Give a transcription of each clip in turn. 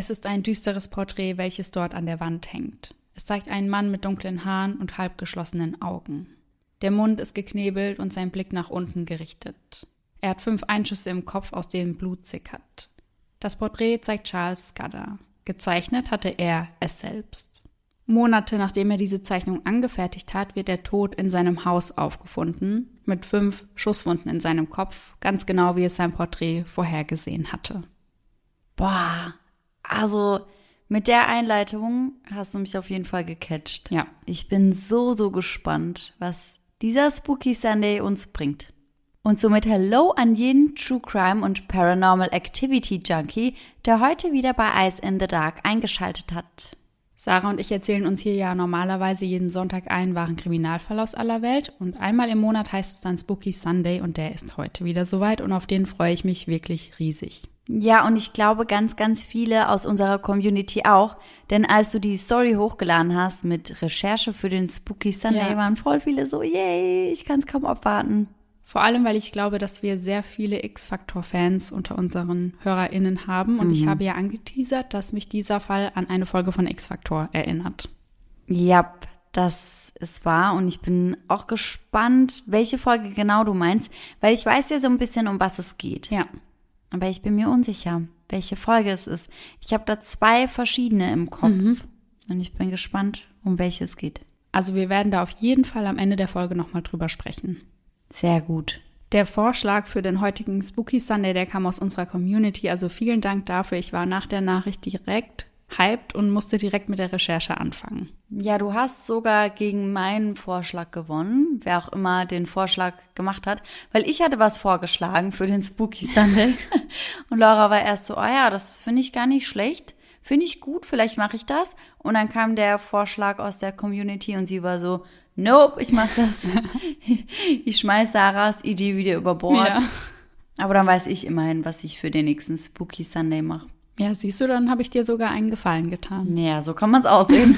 Es ist ein düsteres Porträt, welches dort an der Wand hängt. Es zeigt einen Mann mit dunklen Haaren und halb geschlossenen Augen. Der Mund ist geknebelt und sein Blick nach unten gerichtet. Er hat 5 Einschüsse im Kopf, aus denen Blut sickert. Das Porträt zeigt Charles Scudder. Gezeichnet hatte er es selbst. Monate nachdem er diese Zeichnung angefertigt hat, wird er tot in seinem Haus aufgefunden, mit 5 Schusswunden in seinem Kopf, ganz genau wie es sein Porträt vorhergesehen hatte. Boah, also mit der Einleitung hast du mich auf jeden Fall gecatcht. Ja. Ich bin so gespannt, was dieser Spooky Sunday uns bringt. Und somit Hello an jeden True Crime und Paranormal Activity Junkie, der heute wieder bei Eyes in the Dark eingeschaltet hat. Sarah und ich erzählen uns hier ja normalerweise jeden Sonntag einen wahren Kriminalfall aus aller Welt und einmal im Monat heißt es dann Spooky Sunday und der ist heute wieder soweit und auf den freue ich mich wirklich riesig. Ja, und ich glaube ganz viele aus unserer Community auch, denn als du die Story hochgeladen hast mit Recherche für den Spooky Sunday, waren voll viele so, yay, ich kann es kaum abwarten. Vor allem, weil ich glaube, dass wir sehr viele X-Factor-Fans unter unseren HörerInnen haben. Und ich habe ja angeteasert, dass mich dieser Fall an eine Folge von X-Factor erinnert. Ja, das ist wahr. Und ich bin auch gespannt, welche Folge genau du meinst. Weil ich weiß ja so ein bisschen, um was es geht. Ja. Aber ich bin mir unsicher, welche Folge es ist. Ich habe da 2 verschiedene im Kopf. Und ich bin gespannt, um welche es geht. Also wir werden da auf jeden Fall am Ende der Folge nochmal drüber sprechen. Sehr gut. Der Vorschlag für den heutigen Spooky Sunday, der kam aus unserer Community, also vielen Dank dafür. Ich war nach der Nachricht direkt hyped und musste direkt mit der Recherche anfangen. Ja, du hast sogar gegen meinen Vorschlag gewonnen, wer auch immer den Vorschlag gemacht hat, weil ich hatte was vorgeschlagen für den Spooky Sunday und Laura war erst so, das finde ich gar nicht schlecht, finde ich gut, vielleicht mache ich das. Und dann kam der Vorschlag aus der Community und sie war so, nope, ich mach das. Ich schmeiß Sarahs Idee wieder über Bord. Ja. Aber dann weiß ich immerhin, was ich für den nächsten Spooky Sunday mache. Ja, siehst du, dann habe ich dir sogar einen Gefallen getan. Ja, so kann man es aussehen.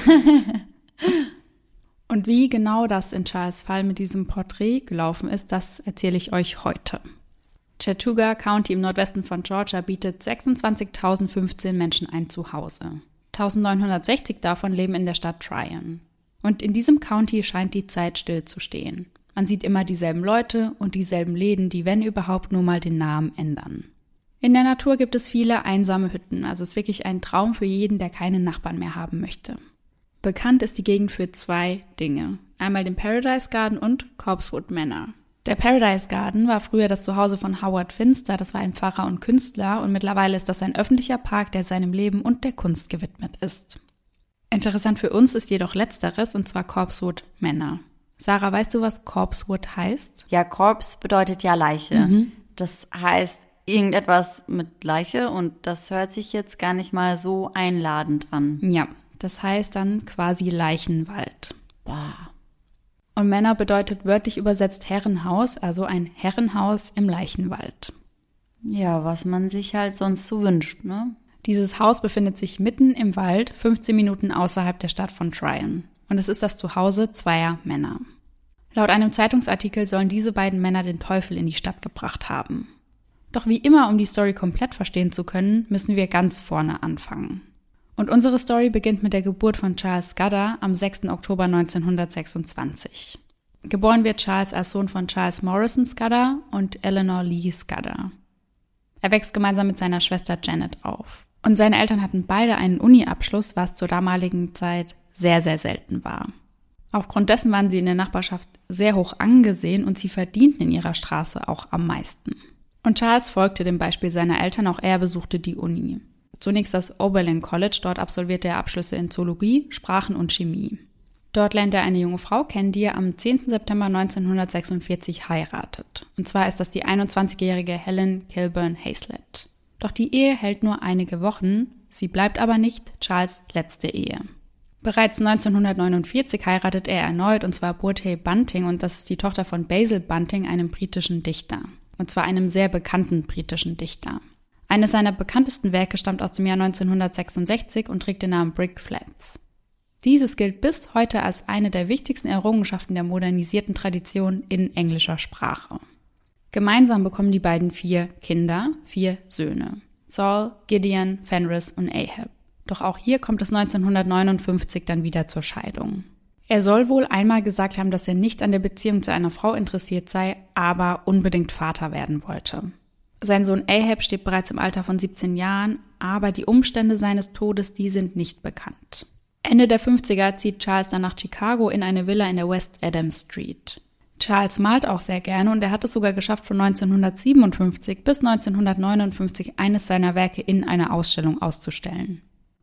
Und wie genau das in Charles' Fall mit diesem Porträt gelaufen ist, das erzähle ich euch heute. Chattooga County im Nordwesten von Georgia bietet 26.015 Menschen ein Zuhause. 1.960 davon leben in der Stadt Tryon. Und in diesem County scheint die Zeit stillzustehen. Man sieht immer dieselben Leute und dieselben Läden, die wenn überhaupt nur mal den Namen ändern. In der Natur gibt es viele einsame Hütten, also es ist wirklich ein Traum für jeden, der keine Nachbarn mehr haben möchte. Bekannt ist die Gegend für 2 Dinge. Einmal den Paradise Garden und Corpsewood Manor. Der Paradise Garden war früher das Zuhause von Howard Finster, das war ein Pfarrer und Künstler und mittlerweile ist das ein öffentlicher Park, der seinem Leben und der Kunst gewidmet ist. Interessant für uns ist jedoch Letzteres, und zwar Corpsewood Manor. Sarah, weißt du, was Corpsewood heißt? Ja, Corpse bedeutet ja Leiche. Das heißt irgendetwas mit Leiche und das hört sich jetzt gar nicht mal so einladend an. Ja, das heißt dann quasi Leichenwald. Boah. Und Manor bedeutet wörtlich übersetzt Herrenhaus, also ein Herrenhaus im Leichenwald. Ja, was man sich halt sonst so wünscht, ne? Dieses Haus befindet sich mitten im Wald, 15 Minuten außerhalb der Stadt von Tryon. Und es ist das Zuhause 2 Männer. Laut einem Zeitungsartikel sollen diese beiden Männer den Teufel in die Stadt gebracht haben. Doch wie immer, um die Story komplett verstehen zu können, müssen wir ganz vorne anfangen. Und unsere Story beginnt mit der Geburt von Charles Scudder am 6. Oktober 1926. Geboren wird Charles als Sohn von Charles Morrison Scudder und Eleanor Lee Scudder. Er wächst gemeinsam mit seiner Schwester Janet auf. Und seine Eltern hatten beide einen Uni-Abschluss, was zur damaligen Zeit sehr, sehr selten war. Aufgrund dessen waren sie in der Nachbarschaft sehr hoch angesehen und sie verdienten in ihrer Straße auch am meisten. Und Charles folgte dem Beispiel seiner Eltern, auch er besuchte die Uni. Zunächst das Oberlin College, dort absolvierte er Abschlüsse in Zoologie, Sprachen und Chemie. Dort lernt er eine junge Frau kennen, die er am 10. September 1946 heiratet. Und zwar ist das die 21-jährige Helen Kilburn Hazlett. Doch die Ehe hält nur einige Wochen, sie bleibt aber nicht Charles' letzte Ehe. Bereits 1949 heiratet er erneut, und zwar Bertie Bunting, und das ist die Tochter von Basil Bunting, einem britischen Dichter. Und zwar einem sehr bekannten britischen Dichter. Eines seiner bekanntesten Werke stammt aus dem Jahr 1966 und trägt den Namen Brick Flats. Dieses gilt bis heute als eine der wichtigsten Errungenschaften der modernisierten Tradition in englischer Sprache. Gemeinsam bekommen die beiden 4 Kinder, 4 Söhne. Saul, Gideon, Fenris und Ahab. Doch auch hier kommt es 1959 dann wieder zur Scheidung. Er soll wohl einmal gesagt haben, dass er nicht an der Beziehung zu einer Frau interessiert sei, aber unbedingt Vater werden wollte. Sein Sohn Ahab stirbt bereits im Alter von 17 Jahren, aber die Umstände seines Todes, die sind nicht bekannt. Ende der 50er zieht Charles dann nach Chicago in eine Villa in der West Adams Street. Charles malt auch sehr gerne und er hat es sogar geschafft, von 1957 bis 1959 eines seiner Werke in einer Ausstellung auszustellen.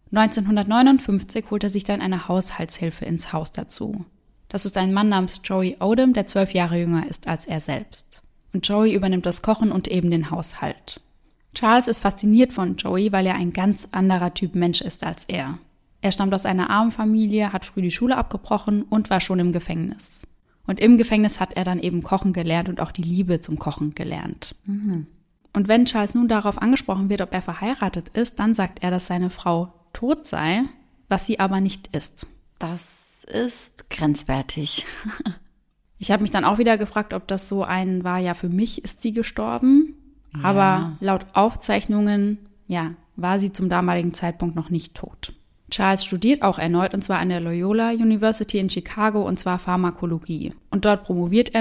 1959 holt er sich dann eine Haushaltshilfe ins Haus dazu. Das ist ein Mann namens Joey Odom, der 12 Jahre jünger ist als er selbst. Und Joey übernimmt das Kochen und eben den Haushalt. Charles ist fasziniert von Joey, weil er ein ganz anderer Typ Mensch ist als er. Er stammt aus einer armen Familie, hat früh die Schule abgebrochen und war schon im Gefängnis. Und im Gefängnis hat er dann eben Kochen gelernt und auch die Liebe zum Kochen gelernt. Mhm. Und wenn Charles nun darauf angesprochen wird, ob er verheiratet ist, dann sagt er, dass seine Frau tot sei, was sie aber nicht ist. Das ist grenzwertig. Ich habe mich dann auch wieder gefragt, ob das so ein war, ja, für mich ist sie gestorben. Ja. Aber laut Aufzeichnungen, ja, war sie zum damaligen Zeitpunkt noch nicht tot. Charles studiert auch erneut, und zwar an der Loyola University in Chicago, und zwar Pharmakologie. Und dort promoviert er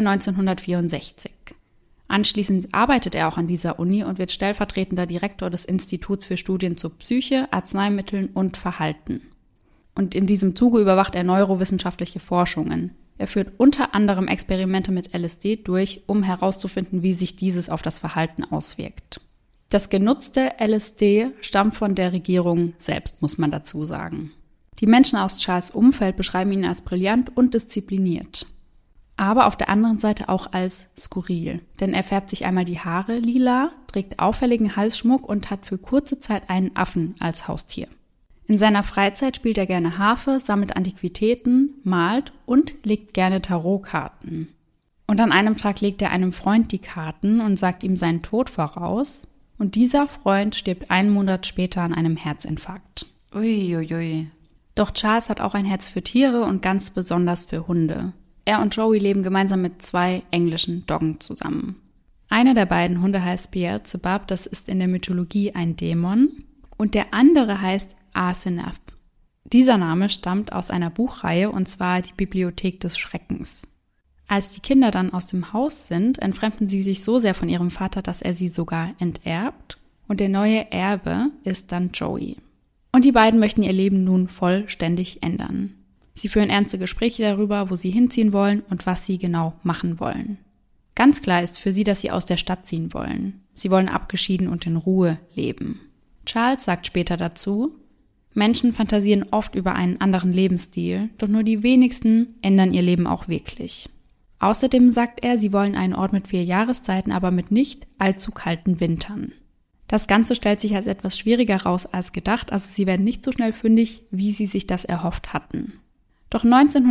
1964. Anschließend arbeitet er auch an dieser Uni und wird stellvertretender Direktor des Instituts für Studien zur Psyche, Arzneimitteln und Verhalten. Und in diesem Zuge überwacht er neurowissenschaftliche Forschungen. Er führt unter anderem Experimente mit LSD durch, um herauszufinden, wie sich dieses auf das Verhalten auswirkt. Das genutzte LSD stammt von der Regierung selbst, muss man dazu sagen. Die Menschen aus Charles' Umfeld beschreiben ihn als brillant und diszipliniert. Aber auf der anderen Seite auch als skurril, denn er färbt sich einmal die Haare lila, trägt auffälligen Halsschmuck und hat für kurze Zeit einen Affen als Haustier. In seiner Freizeit spielt er gerne Harfe, sammelt Antiquitäten, malt und legt gerne Tarotkarten. Und an einem Tag legt er einem Freund die Karten und sagt ihm seinen Tod voraus. Und dieser Freund stirbt einen Monat später an einem Herzinfarkt. Uiuiui. Doch Charles hat auch ein Herz für Tiere und ganz besonders für Hunde. Er und Joey leben gemeinsam mit 2 englischen Doggen zusammen. Einer der beiden Hunde heißt Beelzebub, das ist in der Mythologie ein Dämon. Und der andere heißt Asenath. Dieser Name stammt aus einer Buchreihe, und zwar die Bibliothek des Schreckens. Als die Kinder dann aus dem Haus sind, entfremden sie sich so sehr von ihrem Vater, dass er sie sogar enterbt. Und der neue Erbe ist dann Joey. Und die beiden möchten ihr Leben nun vollständig ändern. Sie führen ernste Gespräche darüber, wo sie hinziehen wollen und was sie genau machen wollen. Ganz klar ist für sie, dass sie aus der Stadt ziehen wollen. Sie wollen abgeschieden und in Ruhe leben. Charles sagt später dazu: Menschen fantasieren oft über einen anderen Lebensstil, doch nur die wenigsten ändern ihr Leben auch wirklich. Außerdem sagt er, sie wollen einen Ort mit 4 Jahreszeiten, aber mit nicht allzu kalten Wintern. Das Ganze stellt sich als etwas schwieriger raus als gedacht, also sie werden nicht so schnell fündig, wie sie sich das erhofft hatten. Doch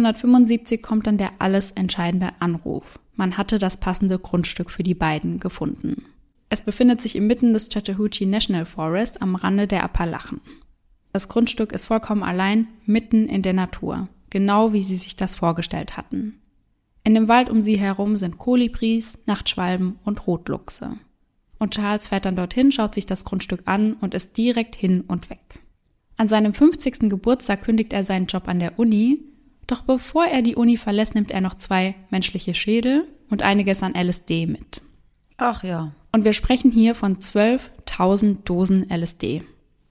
1975 kommt dann der alles entscheidende Anruf. Man hatte das passende Grundstück für die beiden gefunden. Es befindet sich inmitten des Chattahoochee National Forest am Rande der Appalachen. Das Grundstück ist vollkommen allein, mitten in der Natur, genau wie sie sich das vorgestellt hatten. In dem Wald um sie herum sind Kolibris, Nachtschwalben und Rotluchse. Und Charles fährt dann dorthin, schaut sich das Grundstück an und ist direkt hin und weg. An seinem 50. Geburtstag kündigt er seinen Job an der Uni, doch bevor er die Uni verlässt, nimmt er noch 2 menschliche Schädel und einiges an LSD mit. Ach ja. Und wir sprechen hier von 12.000 Dosen LSD.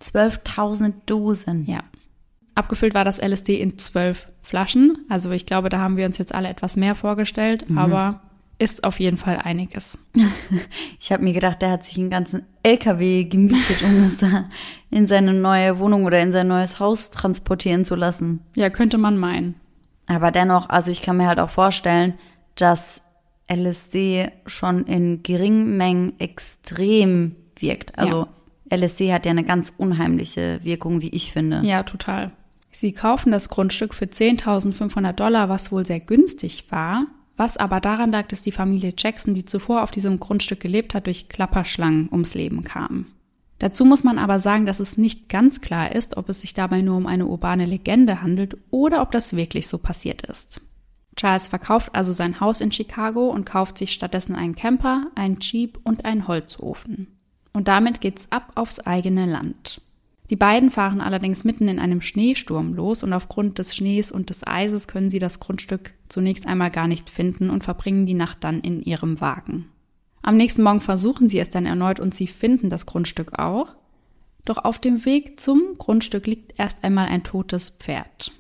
12.000 Dosen? Ja. Abgefüllt war das LSD in 12 Flaschen. Also ich glaube, da haben wir uns jetzt alle etwas mehr vorgestellt, aber ist auf jeden Fall einiges. Ich habe mir gedacht, der hat sich einen ganzen LKW gemietet, um es da in seine neue Wohnung oder in sein neues Haus transportieren zu lassen. Ja, könnte man meinen. Aber dennoch, also ich kann mir halt auch vorstellen, dass LSD schon in geringen Mengen extrem wirkt. Also ja. LSD hat ja eine ganz unheimliche Wirkung, wie ich finde. Ja, total. Sie kaufen das Grundstück für $10.500, was wohl sehr günstig war, was aber daran lag, dass die Familie Jackson, die zuvor auf diesem Grundstück gelebt hat, durch Klapperschlangen ums Leben kam. Dazu muss man aber sagen, dass es nicht ganz klar ist, ob es sich dabei nur um eine urbane Legende handelt oder ob das wirklich so passiert ist. Charles verkauft also sein Haus in Chicago und kauft sich stattdessen einen Camper, einen Jeep und einen Holzofen. Und damit geht's ab aufs eigene Land. Die beiden fahren allerdings mitten in einem Schneesturm los und aufgrund des Schnees und des Eises können sie das Grundstück zunächst einmal gar nicht finden und verbringen die Nacht dann in ihrem Wagen. Am nächsten Morgen versuchen sie es dann erneut und sie finden das Grundstück auch. Doch auf dem Weg zum Grundstück liegt erst einmal ein totes Pferd.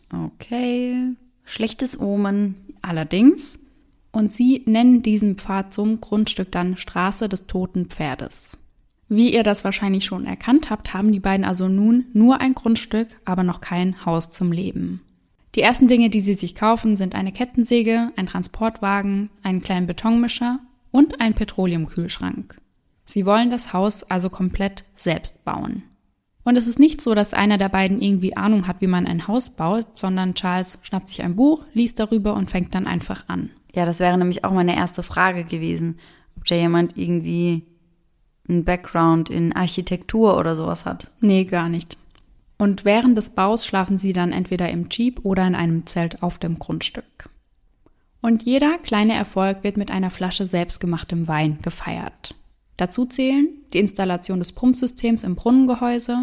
Okay, schlechtes Omen. Allerdings. Und sie nennen diesen Pfad zum Grundstück dann Straße des toten Pferdes. Wie ihr das wahrscheinlich schon erkannt habt, haben die beiden also nun nur ein Grundstück, aber noch kein Haus zum Leben. Die ersten Dinge, die sie sich kaufen, sind eine Kettensäge, ein Transportwagen, einen kleinen Betonmischer und ein Petroleumkühlschrank. Sie wollen das Haus also komplett selbst bauen. Und es ist nicht so, dass einer der beiden irgendwie Ahnung hat, wie man ein Haus baut, sondern Charles schnappt sich ein Buch, liest darüber und fängt dann einfach an. Ja, das wäre nämlich auch meine erste Frage gewesen, ob da jemand irgendwie einen Background in Architektur oder sowas hat. Nee, gar nicht. Und während des Baus schlafen sie dann entweder im Jeep oder in einem Zelt auf dem Grundstück. Und jeder kleine Erfolg wird mit einer Flasche selbstgemachtem Wein gefeiert. Dazu zählen die Installation des Pumpsystems im Brunnengehäuse,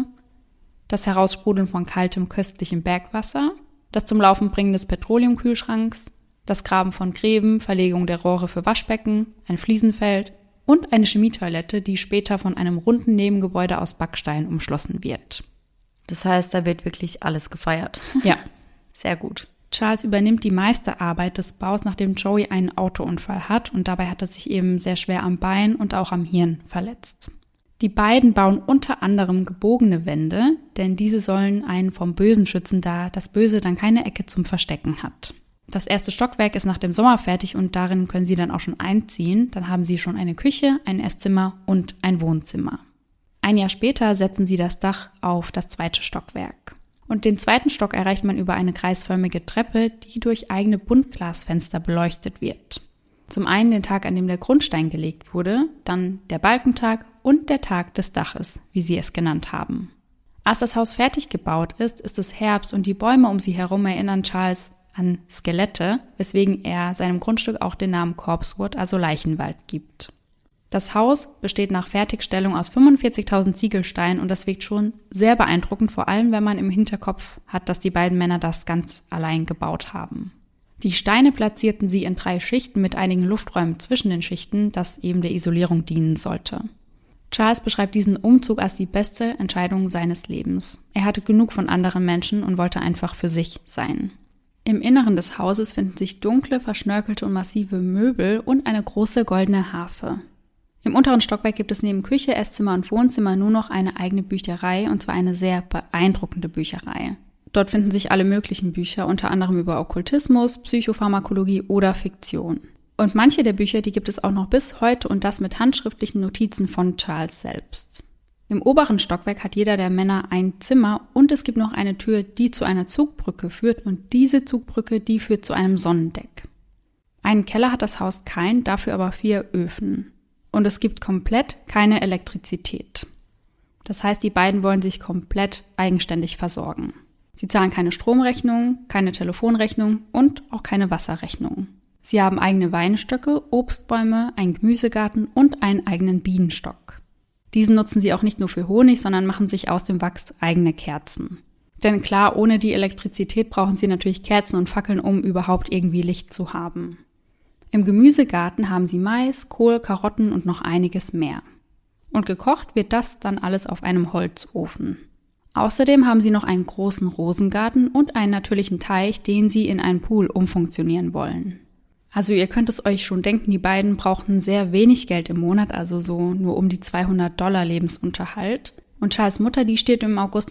das Heraussprudeln von kaltem, köstlichem Bergwasser, das zum Laufen bringen des Petroleumkühlschranks, das Graben von Gräben, Verlegung der Rohre für Waschbecken, ein Fliesenfeld und eine Chemietoilette, die später von einem runden Nebengebäude aus Backstein umschlossen wird. Das heißt, da wird wirklich alles gefeiert. Ja. Sehr gut. Charles übernimmt die meiste Arbeit des Baus, nachdem Joey einen Autounfall hat und dabei hat er sich eben sehr schwer am Bein und auch am Hirn verletzt. Die beiden bauen unter anderem gebogene Wände, denn diese sollen einen vom Bösen schützen, da das Böse dann keine Ecke zum Verstecken hat. Das erste Stockwerk ist nach dem Sommer fertig und darin können sie dann auch schon einziehen. Dann haben sie schon eine Küche, ein Esszimmer und ein Wohnzimmer. Ein Jahr später setzen sie das Dach auf das zweite Stockwerk. Und den zweiten Stock erreicht man über eine kreisförmige Treppe, die durch eigene Buntglasfenster beleuchtet wird. Zum einen den Tag, an dem der Grundstein gelegt wurde, dann der Balkentag und der Tag des Daches, wie sie es genannt haben. Als das Haus fertig gebaut ist, ist es Herbst und die Bäume um sie herum erinnern Charles an Skelette, weswegen er seinem Grundstück auch den Namen Corpsewood, also Leichenwald, gibt. Das Haus besteht nach Fertigstellung aus 45.000 Ziegelsteinen und das wirkt schon sehr beeindruckend, vor allem wenn man im Hinterkopf hat, dass die beiden Männer das ganz allein gebaut haben. Die Steine platzierten sie in 3 Schichten mit einigen Lufträumen zwischen den Schichten, das eben der Isolierung dienen sollte. Charles beschreibt diesen Umzug als die beste Entscheidung seines Lebens. Er hatte genug von anderen Menschen und wollte einfach für sich sein. Im Inneren des Hauses finden sich dunkle, verschnörkelte und massive Möbel und eine große goldene Harfe. Im unteren Stockwerk gibt es neben Küche, Esszimmer und Wohnzimmer nur noch eine eigene Bücherei, und zwar eine sehr beeindruckende Bücherei. Dort finden sich alle möglichen Bücher, unter anderem über Okkultismus, Psychopharmakologie oder Fiktion. Und manche der Bücher, die gibt es auch noch bis heute und das mit handschriftlichen Notizen von Charles selbst. Im oberen Stockwerk hat jeder der Männer ein Zimmer und es gibt noch eine Tür, die zu einer Zugbrücke führt und diese Zugbrücke, die führt zu einem Sonnendeck. Einen Keller hat das Haus keinen, dafür aber 4 Öfen. Und es gibt komplett keine Elektrizität. Das heißt, die beiden wollen sich komplett eigenständig versorgen. Sie zahlen keine Stromrechnung, keine Telefonrechnung und auch keine Wasserrechnung. Sie haben eigene Weinstöcke, Obstbäume, einen Gemüsegarten und einen eigenen Bienenstock. Diesen nutzen sie auch nicht nur für Honig, sondern machen sich aus dem Wachs eigene Kerzen. Denn klar, ohne die Elektrizität brauchen sie natürlich Kerzen und Fackeln, um überhaupt irgendwie Licht zu haben. Im Gemüsegarten haben sie Mais, Kohl, Karotten und noch einiges mehr. Und gekocht wird das dann alles auf einem Holzofen. Außerdem haben sie noch einen großen Rosengarten und einen natürlichen Teich, den sie in einen Pool umfunktionieren wollen. Also ihr könnt es euch schon denken, die beiden brauchten sehr wenig Geld im Monat, also so nur um die $200 Lebensunterhalt. Und Charles' Mutter, die stirbt im August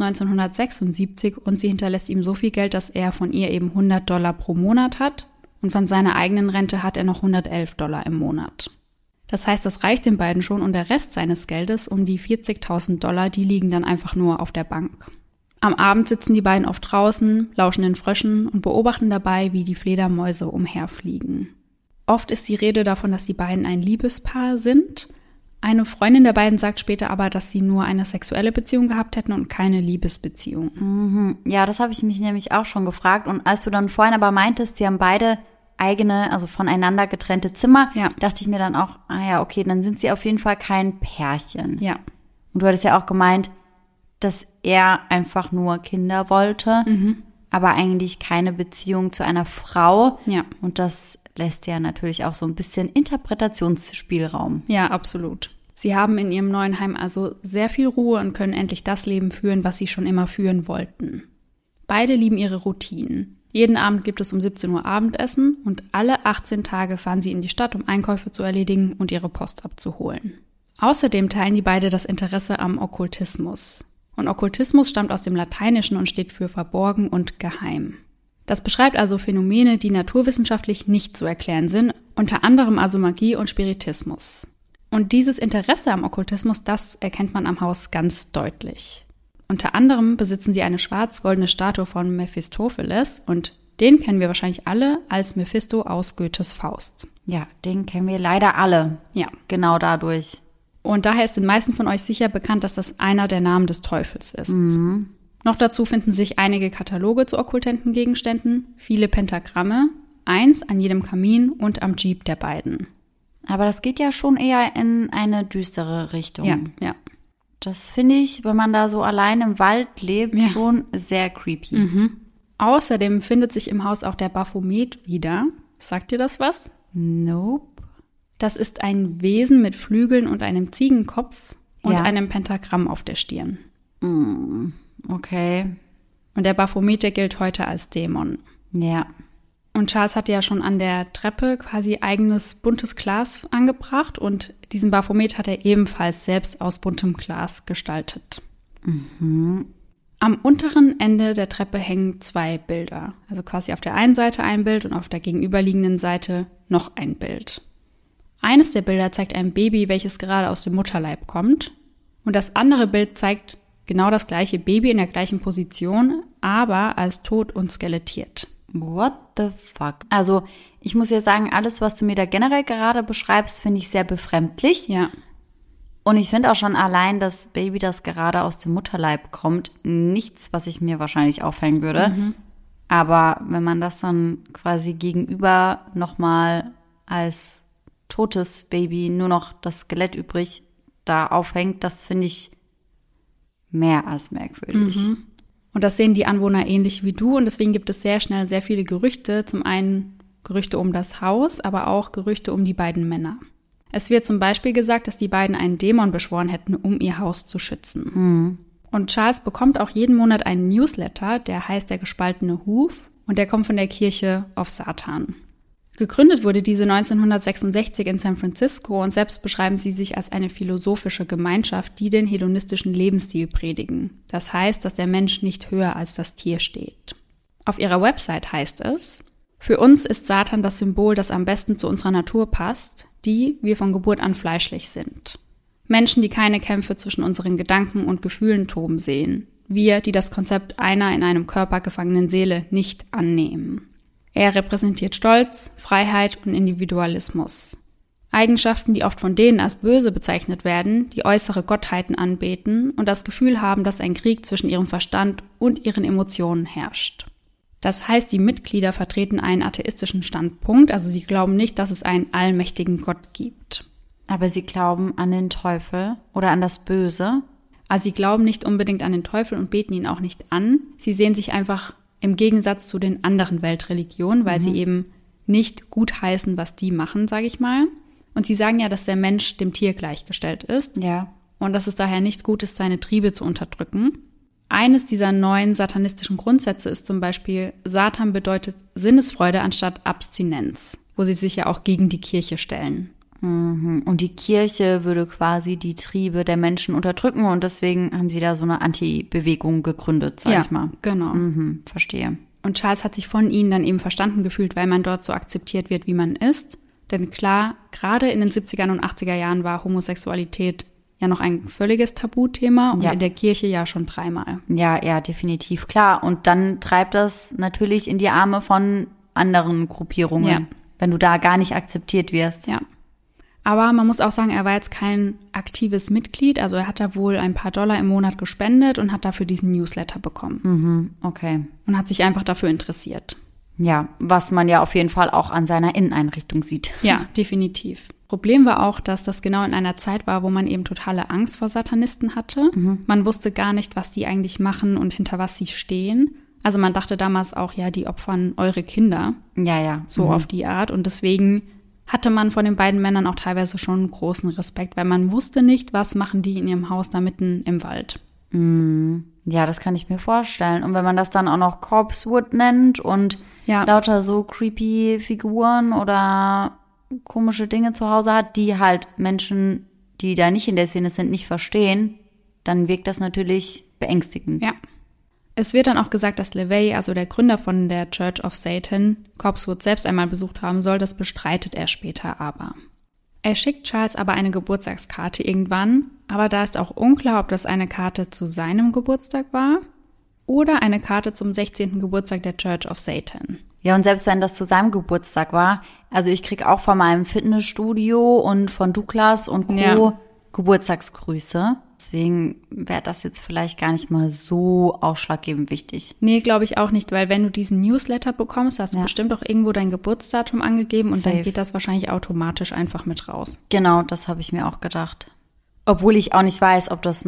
1976 und sie hinterlässt ihm so viel Geld, dass er von ihr eben $100 pro Monat hat und von seiner eigenen Rente hat er noch $111 im Monat. Das heißt, das reicht den beiden schon und der Rest seines Geldes, um die $40.000, die liegen dann einfach nur auf der Bank. Am Abend sitzen die beiden oft draußen, lauschen den Fröschen und beobachten dabei, wie die Fledermäuse umherfliegen. Oft ist die Rede davon, dass die beiden ein Liebespaar sind. Eine Freundin der beiden sagt später aber, dass sie nur eine sexuelle Beziehung gehabt hätten und keine Liebesbeziehung. Mhm. Ja, das habe ich mich nämlich auch schon gefragt. Und als du dann vorhin aber meintest, sie haben beide eigene, also voneinander getrennte Zimmer, ja, dachte ich mir dann auch, okay, dann sind sie auf jeden Fall kein Pärchen. Ja. Und du hattest ja auch gemeint, dass er einfach nur Kinder wollte, aber eigentlich keine Beziehung zu einer Frau. Ja. Und das lässt ja natürlich auch so ein bisschen Interpretationsspielraum. Ja, absolut. Sie haben in ihrem neuen Heim also sehr viel Ruhe und können endlich das Leben führen, was sie schon immer führen wollten. Beide lieben ihre Routinen. Jeden Abend gibt es um 17 Uhr Abendessen und alle 18 Tage fahren sie in die Stadt, um Einkäufe zu erledigen und ihre Post abzuholen. Außerdem teilen die beiden das Interesse am Okkultismus. Und Okkultismus stammt aus dem Lateinischen und steht für verborgen und geheim. Das beschreibt also Phänomene, die naturwissenschaftlich nicht zu erklären sind, unter anderem also Magie und Spiritismus. Und dieses Interesse am Okkultismus, das erkennt man am Haus ganz deutlich. Unter anderem besitzen sie eine schwarz-goldene Statue von Mephistopheles und den kennen wir wahrscheinlich alle als Mephisto aus Goethes Faust. Ja, den kennen wir leider alle. Ja. Genau dadurch. Und daher ist den meisten von euch sicher bekannt, dass das einer der Namen des Teufels ist. Noch dazu finden sich einige Kataloge zu okkultenten Gegenständen, viele Pentagramme, eins an jedem Kamin und am Jeep der beiden. Aber das geht ja schon eher in eine düstere Richtung. Ja, ja. Das finde ich, wenn man da so allein im Wald lebt, schon sehr creepy. Außerdem findet sich im Haus auch der Baphomet wieder. Sagt dir das was? Nope. Das ist ein Wesen mit Flügeln und einem Ziegenkopf und einem Pentagramm auf der Stirn. Okay. Und der Baphomet, der gilt heute als Dämon. Ja. Und Charles hatte ja schon an der Treppe quasi eigenes buntes Glas angebracht und diesen Baphomet hat er ebenfalls selbst aus buntem Glas gestaltet. Am unteren Ende der Treppe hängen 2 Bilder. Also quasi auf der einen Seite ein Bild und auf der gegenüberliegenden Seite noch ein Bild. Eines der Bilder zeigt ein Baby, welches gerade aus dem Mutterleib kommt. Und das andere Bild zeigt genau das gleiche Baby in der gleichen Position, aber als tot und skelettiert. What the fuck? Also, ich muss ja sagen, alles, was du mir da generell gerade beschreibst, finde ich sehr befremdlich. Ja. Und ich finde auch schon allein das Baby, das gerade aus dem Mutterleib kommt, nichts, was ich mir wahrscheinlich aufhängen würde. Aber wenn man das dann quasi gegenüber nochmal als totes Baby nur noch das Skelett übrig da aufhängt, das finde ich mehr als merkwürdig. Und das sehen die Anwohner ähnlich wie du und deswegen gibt es sehr schnell sehr viele Gerüchte. Zum einen Gerüchte um das Haus, aber auch Gerüchte um die beiden Männer. Es wird zum Beispiel gesagt, dass die beiden einen Dämon beschworen hätten, um ihr Haus zu schützen. Und Charles bekommt auch jeden Monat einen Newsletter, der heißt Der gespaltene Huf und der kommt von der Kirche auf Satan. Gegründet wurde diese 1966 in San Francisco und selbst beschreiben sie sich als eine philosophische Gemeinschaft, die den hedonistischen Lebensstil predigen. Das heißt, dass der Mensch nicht höher als das Tier steht. Auf ihrer Website heißt es: Für uns ist Satan das Symbol, das am besten zu unserer Natur passt, die wir von Geburt an fleischlich sind. Menschen, die keine Kämpfe zwischen unseren Gedanken und Gefühlen toben sehen. Wir, die das Konzept einer in einem Körper gefangenen Seele nicht annehmen. Er repräsentiert Stolz, Freiheit und Individualismus. Eigenschaften, die oft von denen als böse bezeichnet werden, die äußere Gottheiten anbeten und das Gefühl haben, dass ein Krieg zwischen ihrem Verstand und ihren Emotionen herrscht. Das heißt, die Mitglieder vertreten einen atheistischen Standpunkt, also sie glauben nicht, dass es einen allmächtigen Gott gibt. Aber sie glauben an den Teufel oder an das Böse? Also sie glauben nicht unbedingt an den Teufel und beten ihn auch nicht an. Sie sehen sich einfach im Gegensatz zu den anderen Weltreligionen, weil sie eben nicht gutheißen, was die machen, sage ich mal. Und sie sagen ja, dass der Mensch dem Tier gleichgestellt ist. Ja. Und dass es daher nicht gut ist, seine Triebe zu unterdrücken. Eines dieser neuen satanistischen Grundsätze ist zum Beispiel, Satan bedeutet Sinnesfreude anstatt Abstinenz, wo sie sich ja auch gegen die Kirche stellen. Und die Kirche würde quasi die Triebe der Menschen unterdrücken und deswegen haben sie da so eine Anti-Bewegung gegründet, sag ich mal. Genau. Verstehe. Und Charles hat sich von ihnen dann eben verstanden gefühlt, weil man dort so akzeptiert wird, wie man ist. Denn klar, gerade in den 70er und 80er Jahren war Homosexualität ja noch ein völliges Tabuthema und in der Kirche ja schon 3-mal. Ja, definitiv, klar. Und dann treibt das natürlich in die Arme von anderen Gruppierungen, wenn du da gar nicht akzeptiert wirst. Ja. Aber man muss auch sagen, er war jetzt kein aktives Mitglied. Also er hat da wohl ein paar $1 im Monat gespendet und hat dafür diesen Newsletter bekommen. Okay. Und hat sich einfach dafür interessiert. Ja, was man ja auf jeden Fall auch an seiner Inneneinrichtung sieht. Ja, definitiv. Problem war auch, dass das genau in einer Zeit war, wo man eben totale Angst vor Satanisten hatte. Man wusste gar nicht, was die eigentlich machen und hinter was sie stehen. Also man dachte damals auch, ja, die opfern eure Kinder. Ja. So auf die Art. Und deswegen hatte man von den beiden Männern auch teilweise schon großen Respekt, weil man wusste nicht, was machen die in ihrem Haus da mitten im Wald. Ja, das kann ich mir vorstellen. Und wenn man das dann auch noch Corpsewood nennt und lauter so creepy Figuren oder komische Dinge zu Hause hat, die halt Menschen, die da nicht in der Szene sind, nicht verstehen, dann wirkt das natürlich beängstigend. Ja. Es wird dann auch gesagt, dass LaVey, also der Gründer von der Church of Satan, Corpsewood selbst einmal besucht haben soll. Das bestreitet er später aber. Er schickt Charles aber eine Geburtstagskarte irgendwann, aber da ist auch unklar, ob das eine Karte zu seinem Geburtstag war oder eine Karte zum 16. Geburtstag der Church of Satan. Ja, und selbst wenn das zu seinem Geburtstag war, also ich krieg auch von meinem Fitnessstudio und von Douglas und Co. Geburtstagsgrüße. Deswegen wäre das jetzt vielleicht gar nicht mal so ausschlaggebend wichtig. Nee, glaube ich auch nicht, weil wenn du diesen Newsletter bekommst, hast du bestimmt auch irgendwo dein Geburtsdatum angegeben und dann geht das wahrscheinlich automatisch einfach mit raus. Genau, das habe ich mir auch gedacht. Obwohl ich auch nicht weiß, ob das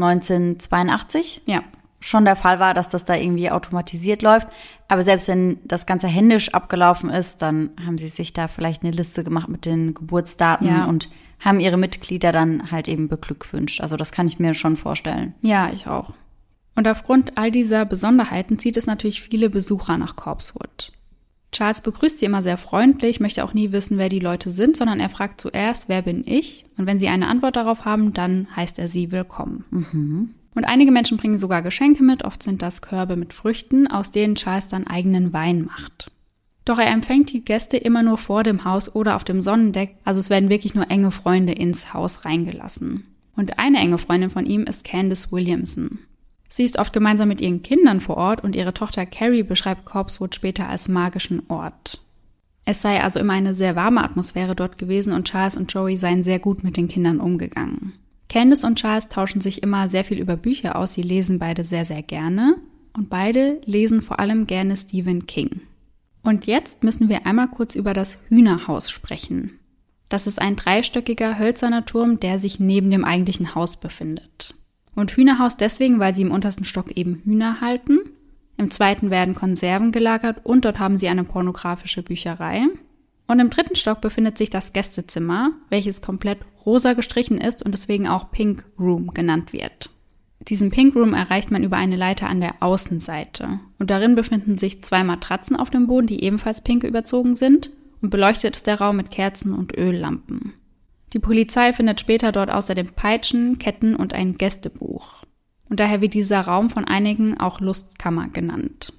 1982 schon der Fall war, dass das da irgendwie automatisiert läuft. Aber selbst wenn das Ganze händisch abgelaufen ist, dann haben sie sich da vielleicht eine Liste gemacht mit den Geburtsdaten und haben ihre Mitglieder dann halt eben beglückwünscht. Also das kann ich mir schon vorstellen. Ja, ich auch. Und aufgrund all dieser Besonderheiten zieht es natürlich viele Besucher nach Corpsewood. Charles begrüßt sie immer sehr freundlich, möchte auch nie wissen, wer die Leute sind, sondern er fragt zuerst, wer bin ich? Und wenn sie eine Antwort darauf haben, dann heißt er sie willkommen. Und einige Menschen bringen sogar Geschenke mit, oft sind das Körbe mit Früchten, aus denen Charles dann eigenen Wein macht. Doch er empfängt die Gäste immer nur vor dem Haus oder auf dem Sonnendeck, also es werden wirklich nur enge Freunde ins Haus reingelassen. Und eine enge Freundin von ihm ist Candace Williamson. Sie ist oft gemeinsam mit ihren Kindern vor Ort und ihre Tochter Carrie beschreibt Corpsewood später als magischen Ort. Es sei also immer eine sehr warme Atmosphäre dort gewesen und Charles und Joey seien sehr gut mit den Kindern umgegangen. Candace und Charles tauschen sich immer sehr viel über Bücher aus, sie lesen beide sehr, sehr gerne und beide lesen vor allem gerne Stephen King. Und jetzt müssen wir einmal kurz über das Hühnerhaus sprechen. Das ist ein dreistöckiger hölzerner Turm, der sich neben dem eigentlichen Haus befindet. Und Hühnerhaus deswegen, weil sie im untersten Stock eben Hühner halten. Im zweiten werden Konserven gelagert und dort haben sie eine pornografische Bücherei. Und im dritten Stock befindet sich das Gästezimmer, welches komplett rosa gestrichen ist und deswegen auch Pink Room genannt wird. Diesen Pink Room erreicht man über eine Leiter an der Außenseite. Und darin befinden sich 2 Matratzen auf dem Boden, die ebenfalls pink überzogen sind. Und beleuchtet ist der Raum mit Kerzen und Öllampen. Die Polizei findet später dort außerdem Peitschen, Ketten und ein Gästebuch. Und daher wird dieser Raum von einigen auch Lustkammer genannt.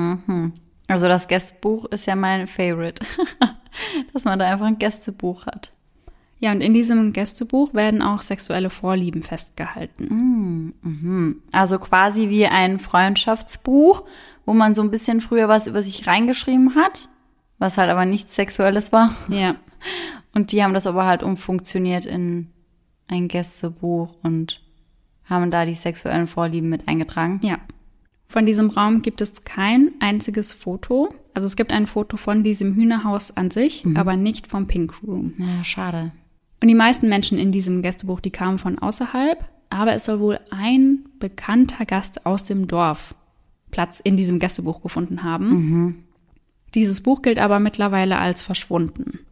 Also das Gästebuch ist ja mein Favorite. Dass man da einfach ein Gästebuch hat. Ja, und in diesem Gästebuch werden auch sexuelle Vorlieben festgehalten. Also quasi wie ein Freundschaftsbuch, wo man so ein bisschen früher was über sich reingeschrieben hat, was halt aber nichts Sexuelles war. Ja. Und die haben das aber halt umfunktioniert in ein Gästebuch und haben da die sexuellen Vorlieben mit eingetragen. Ja. Von diesem Raum gibt es kein einziges Foto. Also es gibt ein Foto von diesem Hühnerhaus an sich, aber nicht vom Pink Room. Ja, schade. Und die meisten Menschen in diesem Gästebuch, die kamen von außerhalb, aber es soll wohl ein bekannter Gast aus dem Dorf Platz in diesem Gästebuch gefunden haben. Dieses Buch gilt aber mittlerweile als verschwunden.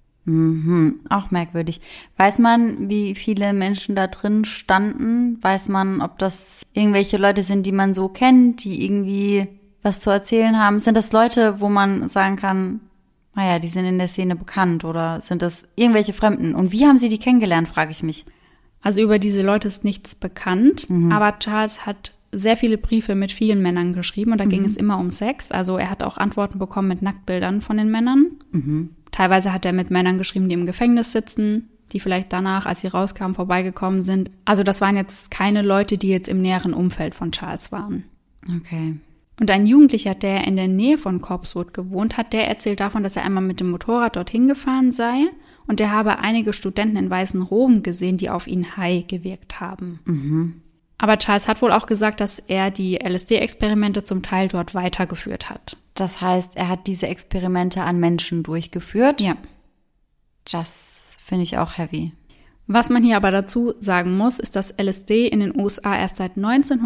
Auch merkwürdig. Weiß man, wie viele Menschen da drin standen? Weiß man, ob das irgendwelche Leute sind, die man so kennt, die irgendwie was zu erzählen haben? Sind das Leute, wo man sagen kann, naja, die sind in der Szene bekannt, oder sind das irgendwelche Fremden? Und wie haben sie die kennengelernt, frage ich mich. Also über diese Leute ist nichts bekannt, aber Charles hat sehr viele Briefe mit vielen Männern geschrieben und da ging es immer um Sex. Also er hat auch Antworten bekommen mit Nacktbildern von den Männern. Teilweise hat er mit Männern geschrieben, die im Gefängnis sitzen, die vielleicht danach, als sie rauskamen, vorbeigekommen sind. Also das waren jetzt keine Leute, die jetzt im näheren Umfeld von Charles waren. Okay. Und ein Jugendlicher, der in der Nähe von Corpsewood gewohnt hat, der erzählt davon, dass er einmal mit dem Motorrad dorthin gefahren sei und er habe einige Studenten in weißen Roben gesehen, die auf ihn high gewirkt haben. Aber Charles hat wohl auch gesagt, dass er die LSD-Experimente zum Teil dort weitergeführt hat. Das heißt, er hat diese Experimente an Menschen durchgeführt? Ja. Das finde ich auch heavy. Was man hier aber dazu sagen muss, ist, dass LSD in den USA erst seit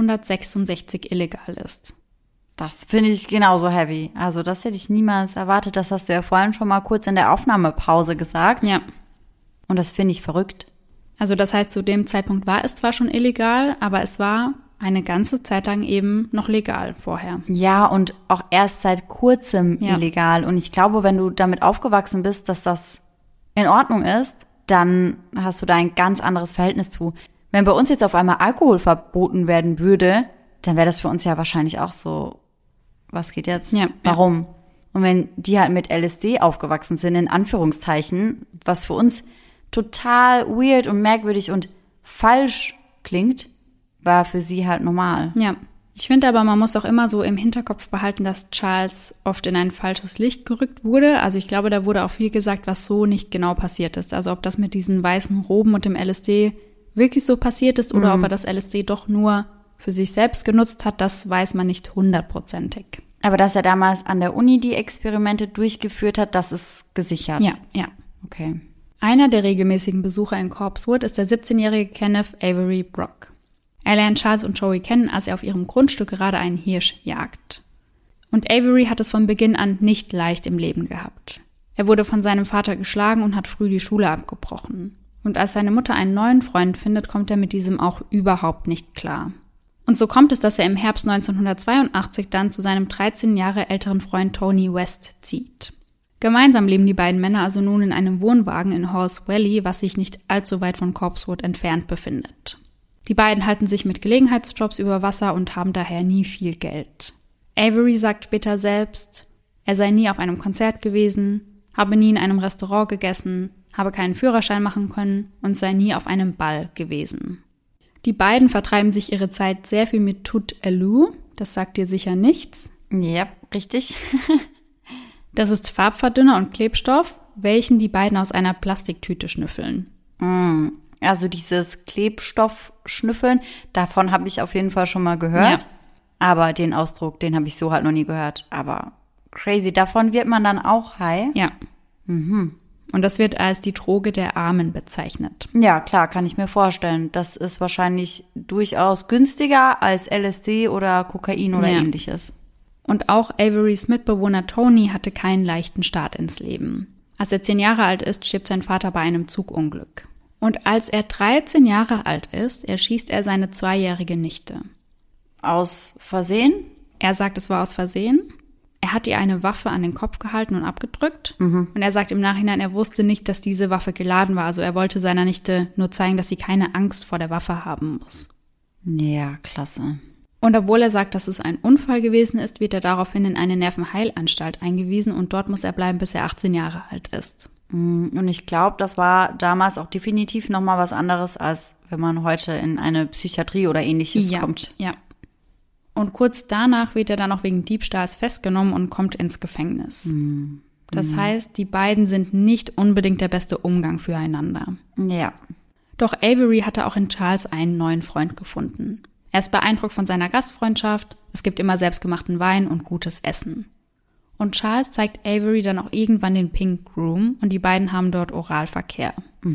1966 illegal ist. Das finde ich genauso heavy. Also das hätte ich niemals erwartet. Das hast du ja vorhin schon mal kurz in der Aufnahmepause gesagt. Ja. Und das finde ich verrückt. Also das heißt, zu dem Zeitpunkt war es zwar schon illegal, aber es war eine ganze Zeit lang eben noch legal vorher. Ja, und auch erst seit kurzem illegal. Und ich glaube, wenn du damit aufgewachsen bist, dass das in Ordnung ist, dann hast du da ein ganz anderes Verhältnis zu. Wenn bei uns jetzt auf einmal Alkohol verboten werden würde, dann wäre das für uns ja wahrscheinlich auch so, was geht jetzt? Ja, warum? Ja. Und wenn die halt mit LSD aufgewachsen sind, in Anführungszeichen, was für uns total weird und merkwürdig und falsch klingt, war für sie halt normal. Ja. Ich finde aber, man muss auch immer so im Hinterkopf behalten, dass Charles oft in ein falsches Licht gerückt wurde. Also ich glaube, da wurde auch viel gesagt, was so nicht genau passiert ist. Also ob das mit diesen weißen Roben und dem LSD wirklich so passiert ist oder ob er das LSD doch nur für sich selbst genutzt hat, das weiß man nicht 100%. Aber dass er damals an der Uni die Experimente durchgeführt hat, das ist gesichert? Ja. Okay. Einer der regelmäßigen Besucher in Corpsewood ist der 17-jährige Kenneth Avery Brock. Er lernt Charles und Joey kennen, als er auf ihrem Grundstück gerade einen Hirsch jagt. Und Avery hat es von Beginn an nicht leicht im Leben gehabt. Er wurde von seinem Vater geschlagen und hat früh die Schule abgebrochen. Und als seine Mutter einen neuen Freund findet, kommt er mit diesem auch überhaupt nicht klar. Und so kommt es, dass er im Herbst 1982 dann zu seinem 13 Jahre älteren Freund Tony West zieht. Gemeinsam leben die beiden Männer also nun in einem Wohnwagen in Halls Valley, was sich nicht allzu weit von Corpsewood entfernt befindet. Die beiden halten sich mit Gelegenheitsjobs über Wasser und haben daher nie viel Geld. Avery sagt später selbst, er sei nie auf einem Konzert gewesen, habe nie in einem Restaurant gegessen, habe keinen Führerschein machen können und sei nie auf einem Ball gewesen. Die beiden vertreiben sich ihre Zeit sehr viel mit Toot Aloo, das sagt dir sicher nichts. Ja, richtig. Das ist Farbverdünner und Klebstoff, welchen die beiden aus einer Plastiktüte schnüffeln. Also dieses Klebstoff-Schnüffeln, davon habe ich auf jeden Fall schon mal gehört. Ja. Aber den Ausdruck, den habe ich so halt noch nie gehört. Aber crazy, davon wird man dann auch high? Ja. Und das wird als die Droge der Armen bezeichnet. Ja, klar, kann ich mir vorstellen. Das ist wahrscheinlich durchaus günstiger als LSD oder Kokain oder ähnliches. Und auch Averys Mitbewohner Tony hatte keinen leichten Start ins Leben. Als er 10 Jahre alt ist, stirbt sein Vater bei einem Zugunglück. Und als er 13 Jahre alt ist, erschießt er seine 2-jährige Nichte. Aus Versehen? Er sagt, es war aus Versehen. Er hat ihr eine Waffe an den Kopf gehalten und abgedrückt. Und er sagt im Nachhinein, er wusste nicht, dass diese Waffe geladen war. Also er wollte seiner Nichte nur zeigen, dass sie keine Angst vor der Waffe haben muss. Ja, klasse. Und obwohl er sagt, dass es ein Unfall gewesen ist, wird er daraufhin in eine Nervenheilanstalt eingewiesen und dort muss er bleiben, bis er 18 Jahre alt ist. Und ich glaube, das war damals auch definitiv nochmal was anderes, als wenn man heute in eine Psychiatrie oder ähnliches kommt. Ja. Und kurz danach wird er dann auch wegen Diebstahls festgenommen und kommt ins Gefängnis. Das heißt, die beiden sind nicht unbedingt der beste Umgang füreinander. Ja. Doch Avery hatte auch in Charles einen neuen Freund gefunden. Er ist beeindruckt von seiner Gastfreundschaft, es gibt immer selbstgemachten Wein und gutes Essen. Und Charles zeigt Avery dann auch irgendwann den Pink Room und die beiden haben dort Oralverkehr.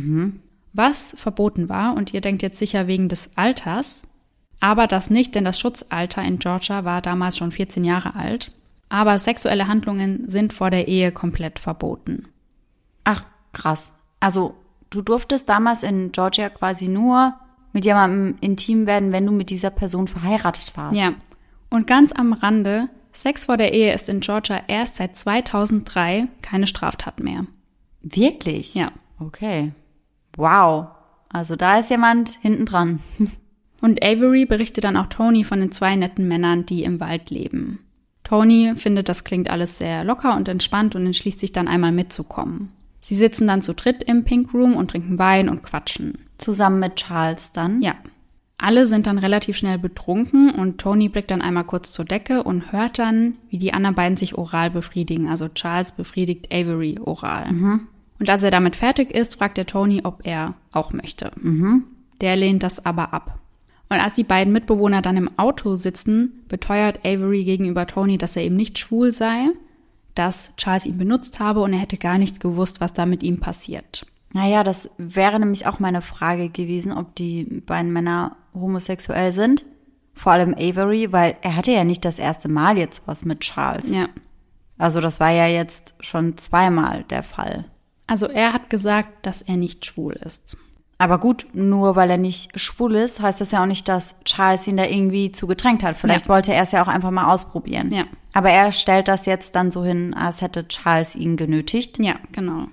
Was verboten war, und ihr denkt jetzt sicher wegen des Alters, aber das nicht, denn das Schutzalter in Georgia war damals schon 14 Jahre alt. Aber sexuelle Handlungen sind vor der Ehe komplett verboten. Ach, krass. Also du durftest damals in Georgia quasi nur mit jemandem intim werden, wenn du mit dieser Person verheiratet warst. Ja, und ganz am Rande, Sex vor der Ehe ist in Georgia erst seit 2003 keine Straftat mehr. Wirklich? Ja. Okay. Wow. Also da ist jemand hinten dran. Und Avery berichtet dann auch Tony von den 2 netten Männern, die im Wald leben. Tony findet, das klingt alles sehr locker und entspannt und entschließt sich dann einmal mitzukommen. Sie sitzen dann zu dritt im Pink Room und trinken Wein und quatschen. Zusammen mit Charles dann? Ja. Alle sind dann relativ schnell betrunken und Tony blickt dann einmal kurz zur Decke und hört dann, wie die anderen beiden sich oral befriedigen. Also Charles befriedigt Avery oral. Und als er damit fertig ist, fragt er Tony, ob er auch möchte. Der lehnt das aber ab. Und als die beiden Mitbewohner dann im Auto sitzen, beteuert Avery gegenüber Tony, dass er eben nicht schwul sei, dass Charles ihn benutzt habe und er hätte gar nicht gewusst, was da mit ihm passiert. Naja, das wäre nämlich auch meine Frage gewesen, ob die beiden Männer homosexuell sind. Vor allem Avery, weil er hatte ja nicht das erste Mal jetzt was mit Charles. Ja. Also das war ja jetzt schon 2-mal der Fall. Also er hat gesagt, dass er nicht schwul ist. Aber gut, nur weil er nicht schwul ist, heißt das ja auch nicht, dass Charles ihn da irgendwie zu gedrängt hat. Vielleicht wollte er es ja auch einfach mal ausprobieren. Ja. Aber er stellt das jetzt dann so hin, als hätte Charles ihn genötigt. Ja, genau.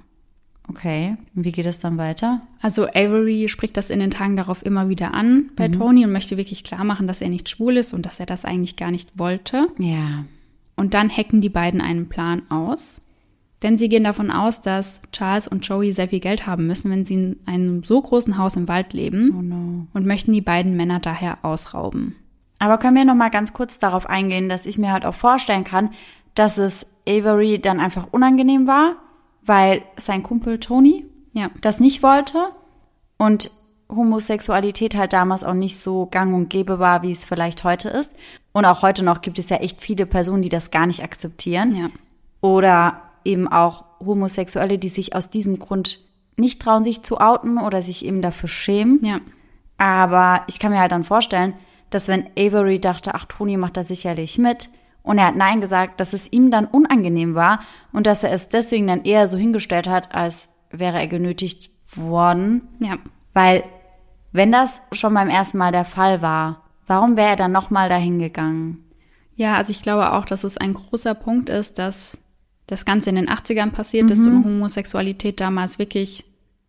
Okay, und wie geht es dann weiter? Also Avery spricht das in den Tagen darauf immer wieder an bei Tony und möchte wirklich klar machen, dass er nicht schwul ist und dass er das eigentlich gar nicht wollte. Ja. Und dann hacken die beiden einen Plan aus. Denn sie gehen davon aus, dass Charles und Joey sehr viel Geld haben müssen, wenn sie in einem so großen Haus im Wald leben. Oh no. Und möchten die beiden Männer daher ausrauben. Aber können wir noch mal ganz kurz darauf eingehen, dass ich mir halt auch vorstellen kann, dass es Avery dann einfach unangenehm war, weil sein Kumpel Tony das nicht wollte und Homosexualität halt damals auch nicht so gang und gäbe war, wie es vielleicht heute ist. Und auch heute noch gibt es ja echt viele Personen, die das gar nicht akzeptieren. Ja. Oder eben auch Homosexuelle, die sich aus diesem Grund nicht trauen, sich zu outen oder sich eben dafür schämen. Ja. Aber ich kann mir halt dann vorstellen, dass wenn Avery dachte, ach, Tony macht da sicherlich mit und er hat Nein gesagt, dass es ihm dann unangenehm war und dass er es deswegen dann eher so hingestellt hat, als wäre er genötigt worden. Ja. Weil wenn das schon beim ersten Mal der Fall war, warum wäre er dann nochmal dahin gegangen? Ja, also ich glaube auch, dass es ein großer Punkt ist, dass das Ganze in den 80ern passiert ist und Homosexualität damals wirklich,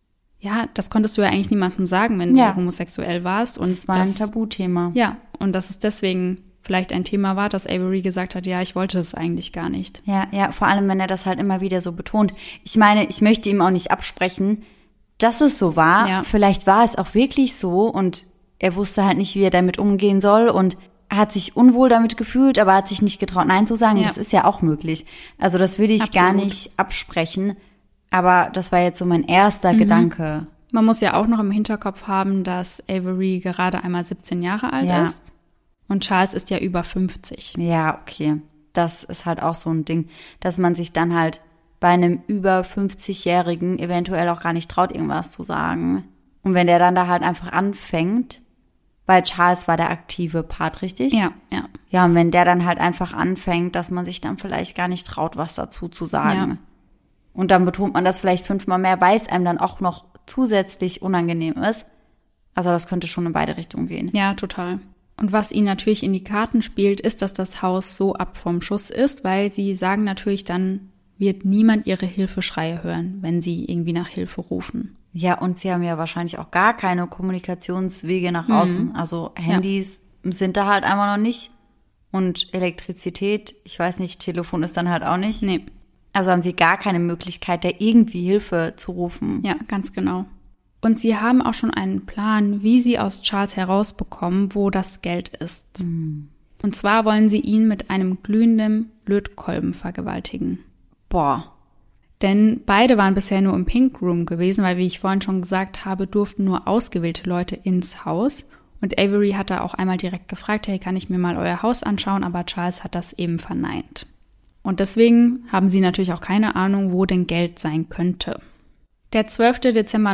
ja, das konntest du ja eigentlich niemandem sagen, wenn du homosexuell warst. Und das war ein Tabuthema. Ja, und dass es deswegen vielleicht ein Thema war, dass Avery gesagt hat, ja, ich wollte das eigentlich gar nicht. Ja, vor allem, wenn er das halt immer wieder so betont. Ich meine, ich möchte ihm auch nicht absprechen, dass es so war. Ja. Vielleicht war es auch wirklich so und er wusste halt nicht, wie er damit umgehen soll und er hat sich unwohl damit gefühlt, aber hat sich nicht getraut, Nein zu sagen. Ja. Das ist ja auch möglich. Also das würde ich gar nicht absprechen, aber das war jetzt so mein erster Gedanke. Man muss ja auch noch im Hinterkopf haben, dass Avery gerade einmal 17 Jahre alt ist und Charles ist ja über 50. Ja, okay. Das ist halt auch so ein Ding, dass man sich dann halt bei einem über 50-Jährigen eventuell auch gar nicht traut, irgendwas zu sagen. Und wenn der dann da halt einfach anfängt, weil Charles war der aktive Part, richtig? Ja. Ja, und wenn der dann halt einfach anfängt, dass man sich dann vielleicht gar nicht traut, was dazu zu sagen. Ja. Und dann betont man das vielleicht 5-mal mehr, weil es einem dann auch noch zusätzlich unangenehm ist. Also das könnte schon in beide Richtungen gehen. Ja, total. Und was ihnen natürlich in die Karten spielt, ist, dass das Haus so ab vom Schuss ist, weil sie sagen natürlich, dann wird niemand ihre Hilfeschreie hören, wenn sie irgendwie nach Hilfe rufen. Ja, und sie haben ja wahrscheinlich auch gar keine Kommunikationswege nach außen. Also Handys sind da halt einfach noch nicht. Und Elektrizität, ich weiß nicht, Telefon ist dann halt auch nicht. Nee. Also haben sie gar keine Möglichkeit, da irgendwie Hilfe zu rufen. Ja, ganz genau. Und sie haben auch schon einen Plan, wie sie aus Charles herausbekommen, wo das Geld ist. Und zwar wollen sie ihn mit einem glühenden Lötkolben vergewaltigen. Boah. Denn beide waren bisher nur im Pink Room gewesen, weil, wie ich vorhin schon gesagt habe, durften nur ausgewählte Leute ins Haus. Und Avery hat da auch einmal direkt gefragt, hey, kann ich mir mal euer Haus anschauen? Aber Charles hat das eben verneint. Und deswegen haben sie natürlich auch keine Ahnung, wo denn Geld sein könnte. Der 12. Dezember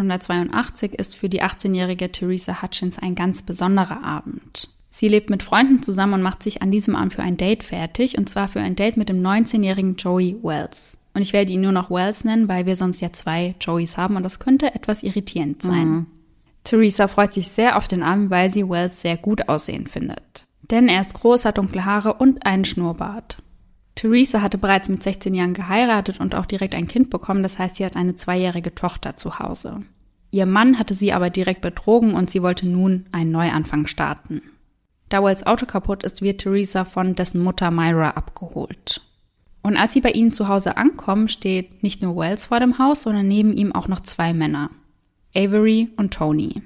1982 ist für die 18-jährige Teresa Hutchins ein ganz besonderer Abend. Sie lebt mit Freunden zusammen und macht sich an diesem Abend für ein Date fertig, und zwar für ein Date mit dem 19-jährigen Joey Wells. Und ich werde ihn nur noch Wells nennen, weil wir sonst ja 2 Joeys haben und das könnte etwas irritierend sein. Teresa freut sich sehr auf den Abend, weil sie Wells sehr gut aussehen findet. Denn er ist groß, hat dunkle Haare und einen Schnurrbart. Teresa hatte bereits mit 16 Jahren geheiratet und auch direkt ein Kind bekommen, das heißt, sie hat eine 2-jährige Tochter zu Hause. Ihr Mann hatte sie aber direkt betrogen und sie wollte nun einen Neuanfang starten. Da Wells Auto kaputt ist, wird Teresa von dessen Mutter Myra abgeholt. Und als sie bei ihnen zu Hause ankommen, steht nicht nur Wells vor dem Haus, sondern neben ihm auch noch 2 Männer. Avery und Tony.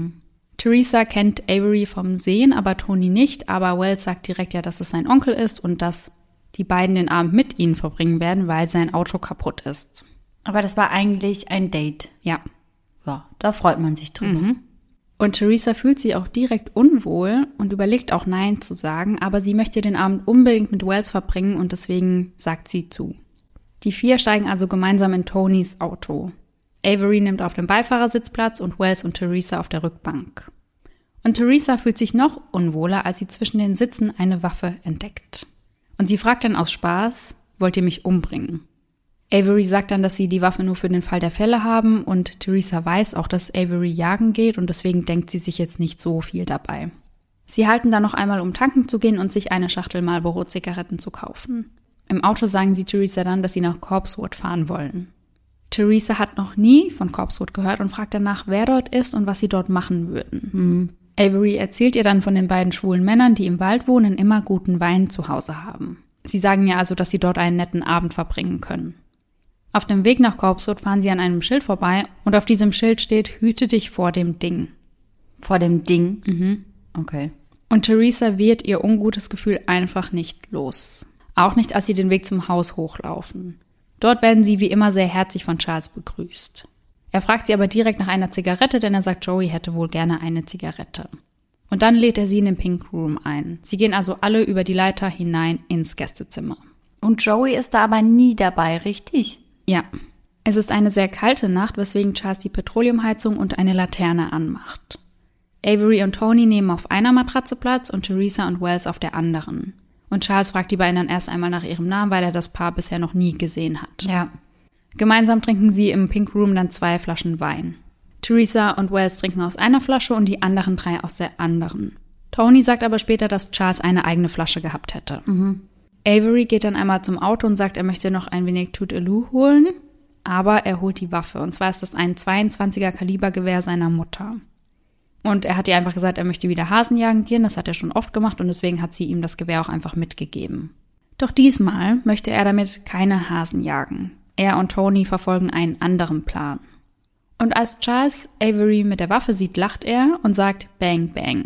Teresa kennt Avery vom Sehen, aber Tony nicht, aber Wells sagt direkt ja, dass es sein Onkel ist und dass die beiden den Abend mit ihnen verbringen werden, weil sein Auto kaputt ist. Aber das war eigentlich ein Date. Ja. Ja, da freut man sich drüber. Und Teresa fühlt sich auch direkt unwohl und überlegt auch Nein zu sagen, aber sie möchte den Abend unbedingt mit Wells verbringen und deswegen sagt sie zu. Die 4 steigen also gemeinsam in Tonys Auto. Avery nimmt auf dem Beifahrersitz Platz und Wells und Teresa auf der Rückbank. Und Teresa fühlt sich noch unwohler, als sie zwischen den Sitzen eine Waffe entdeckt. Und sie fragt dann aus Spaß, wollt ihr mich umbringen? Avery sagt dann, dass sie die Waffe nur für den Fall der Fälle haben und Teresa weiß auch, dass Avery jagen geht und deswegen denkt sie sich jetzt nicht so viel dabei. Sie halten dann noch einmal, um tanken zu gehen und sich eine Schachtel Marlboro-Zigaretten zu kaufen. Im Auto sagen sie Teresa dann, dass sie nach Corpsewood fahren wollen. Teresa hat noch nie von Corpsewood gehört und fragt danach, wer dort ist und was sie dort machen würden. Avery erzählt ihr dann von den beiden schwulen Männern, die im Wald wohnen, immer guten Wein zu Hause haben. Sie sagen ja also, dass sie dort einen netten Abend verbringen können. Auf dem Weg nach Corpsewood fahren sie an einem Schild vorbei und auf diesem Schild steht, hüte dich vor dem Ding. Vor dem Ding? Mhm. Okay. Und Teresa wird ihr ungutes Gefühl einfach nicht los. Auch nicht, als sie den Weg zum Haus hochlaufen. Dort werden sie wie immer sehr herzlich von Charles begrüßt. Er fragt sie aber direkt nach einer Zigarette, denn er sagt, Joey hätte wohl gerne eine Zigarette. Und dann lädt er sie in den Pink Room ein. Sie gehen also alle über die Leiter hinein ins Gästezimmer. Und Joey ist da aber nie dabei, richtig? Ja. Es ist eine sehr kalte Nacht, weswegen Charles die Petroleumheizung und eine Laterne anmacht. Avery und Tony nehmen auf einer Matratze Platz und Teresa und Wells auf der anderen. Und Charles fragt die beiden dann erst einmal nach ihrem Namen, weil er das Paar bisher noch nie gesehen hat. Ja. Gemeinsam trinken sie im Pink Room dann 2 Flaschen Wein. Teresa und Wells trinken aus einer Flasche und die anderen 3 aus der anderen. Tony sagt aber später, dass Charles eine eigene Flasche gehabt hätte. Avery geht dann einmal zum Auto und sagt, er möchte noch ein wenig Toot-a-Loo holen, aber er holt die Waffe. Und zwar ist das ein 22er Kalibergewehr seiner Mutter. Und er hat ihr einfach gesagt, er möchte wieder Hasenjagen gehen, das hat er schon oft gemacht und deswegen hat sie ihm das Gewehr auch einfach mitgegeben. Doch diesmal möchte er damit keine Hasen jagen. Er und Tony verfolgen einen anderen Plan. Und als Charles Avery mit der Waffe sieht, lacht er und sagt Bang Bang.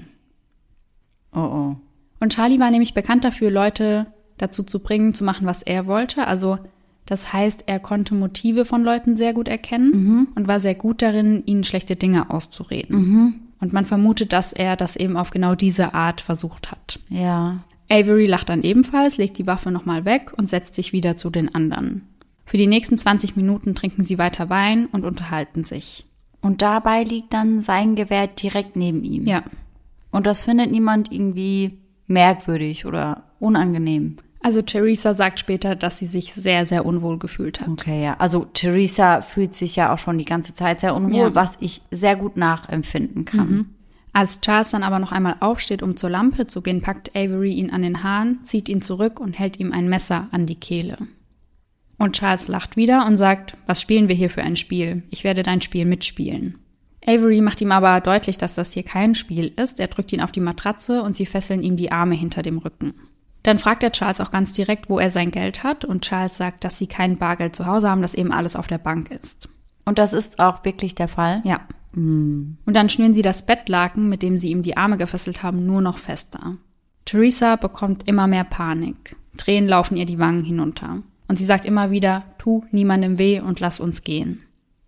Oh. Und Charlie war nämlich bekannt dafür, Leute dazu zu bringen, zu machen, was er wollte. Also das heißt, er konnte Motive von Leuten sehr gut erkennen und war sehr gut darin, ihnen schlechte Dinge auszureden. Und man vermutet, dass er das eben auf genau diese Art versucht hat. Ja. Avery lacht dann ebenfalls, legt die Waffe nochmal weg und setzt sich wieder zu den anderen. Für die nächsten 20 Minuten trinken sie weiter Wein und unterhalten sich. Und dabei liegt dann sein Gewehr direkt neben ihm. Ja. Und das findet niemand irgendwie merkwürdig oder unangenehm. Also Teresa sagt später, dass sie sich sehr, sehr unwohl gefühlt hat. Okay, ja. Also Teresa fühlt sich ja auch schon die ganze Zeit sehr unwohl, was ich sehr gut nachempfinden kann. Als Charles dann aber noch einmal aufsteht, um zur Lampe zu gehen, packt Avery ihn an den Haaren, zieht ihn zurück und hält ihm ein Messer an die Kehle. Und Charles lacht wieder und sagt, was spielen wir hier für ein Spiel? Ich werde dein Spiel mitspielen. Avery macht ihm aber deutlich, dass das hier kein Spiel ist. Er drückt ihn auf die Matratze und sie fesseln ihm die Arme hinter dem Rücken. Dann fragt er Charles auch ganz direkt, wo er sein Geld hat und Charles sagt, dass sie kein Bargeld zu Hause haben, dass eben alles auf der Bank ist. Und das ist auch wirklich der Fall? Ja. Und dann schnüren sie das Bettlaken, mit dem sie ihm die Arme gefesselt haben, nur noch fester. Teresa bekommt immer mehr Panik. Tränen laufen ihr die Wangen hinunter. Und sie sagt immer wieder, tu niemandem weh und lass uns gehen.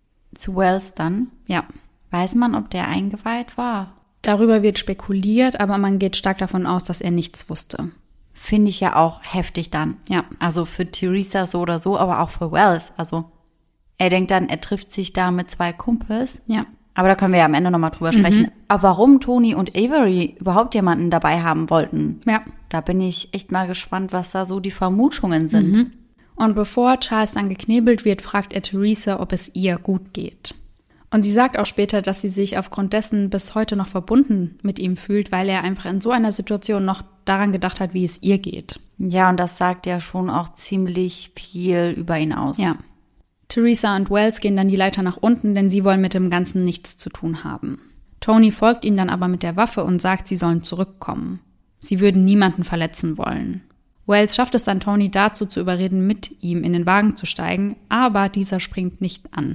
Zu Wells dann? Ja. Weiß man, ob der eingeweiht war? Darüber wird spekuliert, aber man geht stark davon aus, dass er nichts wusste. Finde ich ja auch heftig dann. Ja. Also für Teresa so oder so, aber auch für Wells. Also er denkt dann, er trifft sich da mit 2 Kumpels. Ja. Aber da können wir ja am Ende nochmal drüber sprechen. Aber warum Tony und Avery überhaupt jemanden dabei haben wollten, Ja. da bin ich echt mal gespannt, was da so die Vermutungen sind. Und bevor Charles dann geknebelt wird, fragt er Teresa, ob es ihr gut geht. Und sie sagt auch später, dass sie sich aufgrund dessen bis heute noch verbunden mit ihm fühlt, weil er einfach in so einer Situation noch daran gedacht hat, wie es ihr geht. Ja, und das sagt ja schon auch ziemlich viel über ihn aus. Ja. Teresa und Wells gehen dann die Leiter nach unten, denn sie wollen mit dem Ganzen nichts zu tun haben. Tony folgt ihnen dann aber mit der Waffe und sagt, sie sollen zurückkommen. Sie würden niemanden verletzen wollen. Wells schafft es dann, Tony dazu zu überreden, mit ihm in den Wagen zu steigen, aber dieser springt nicht an.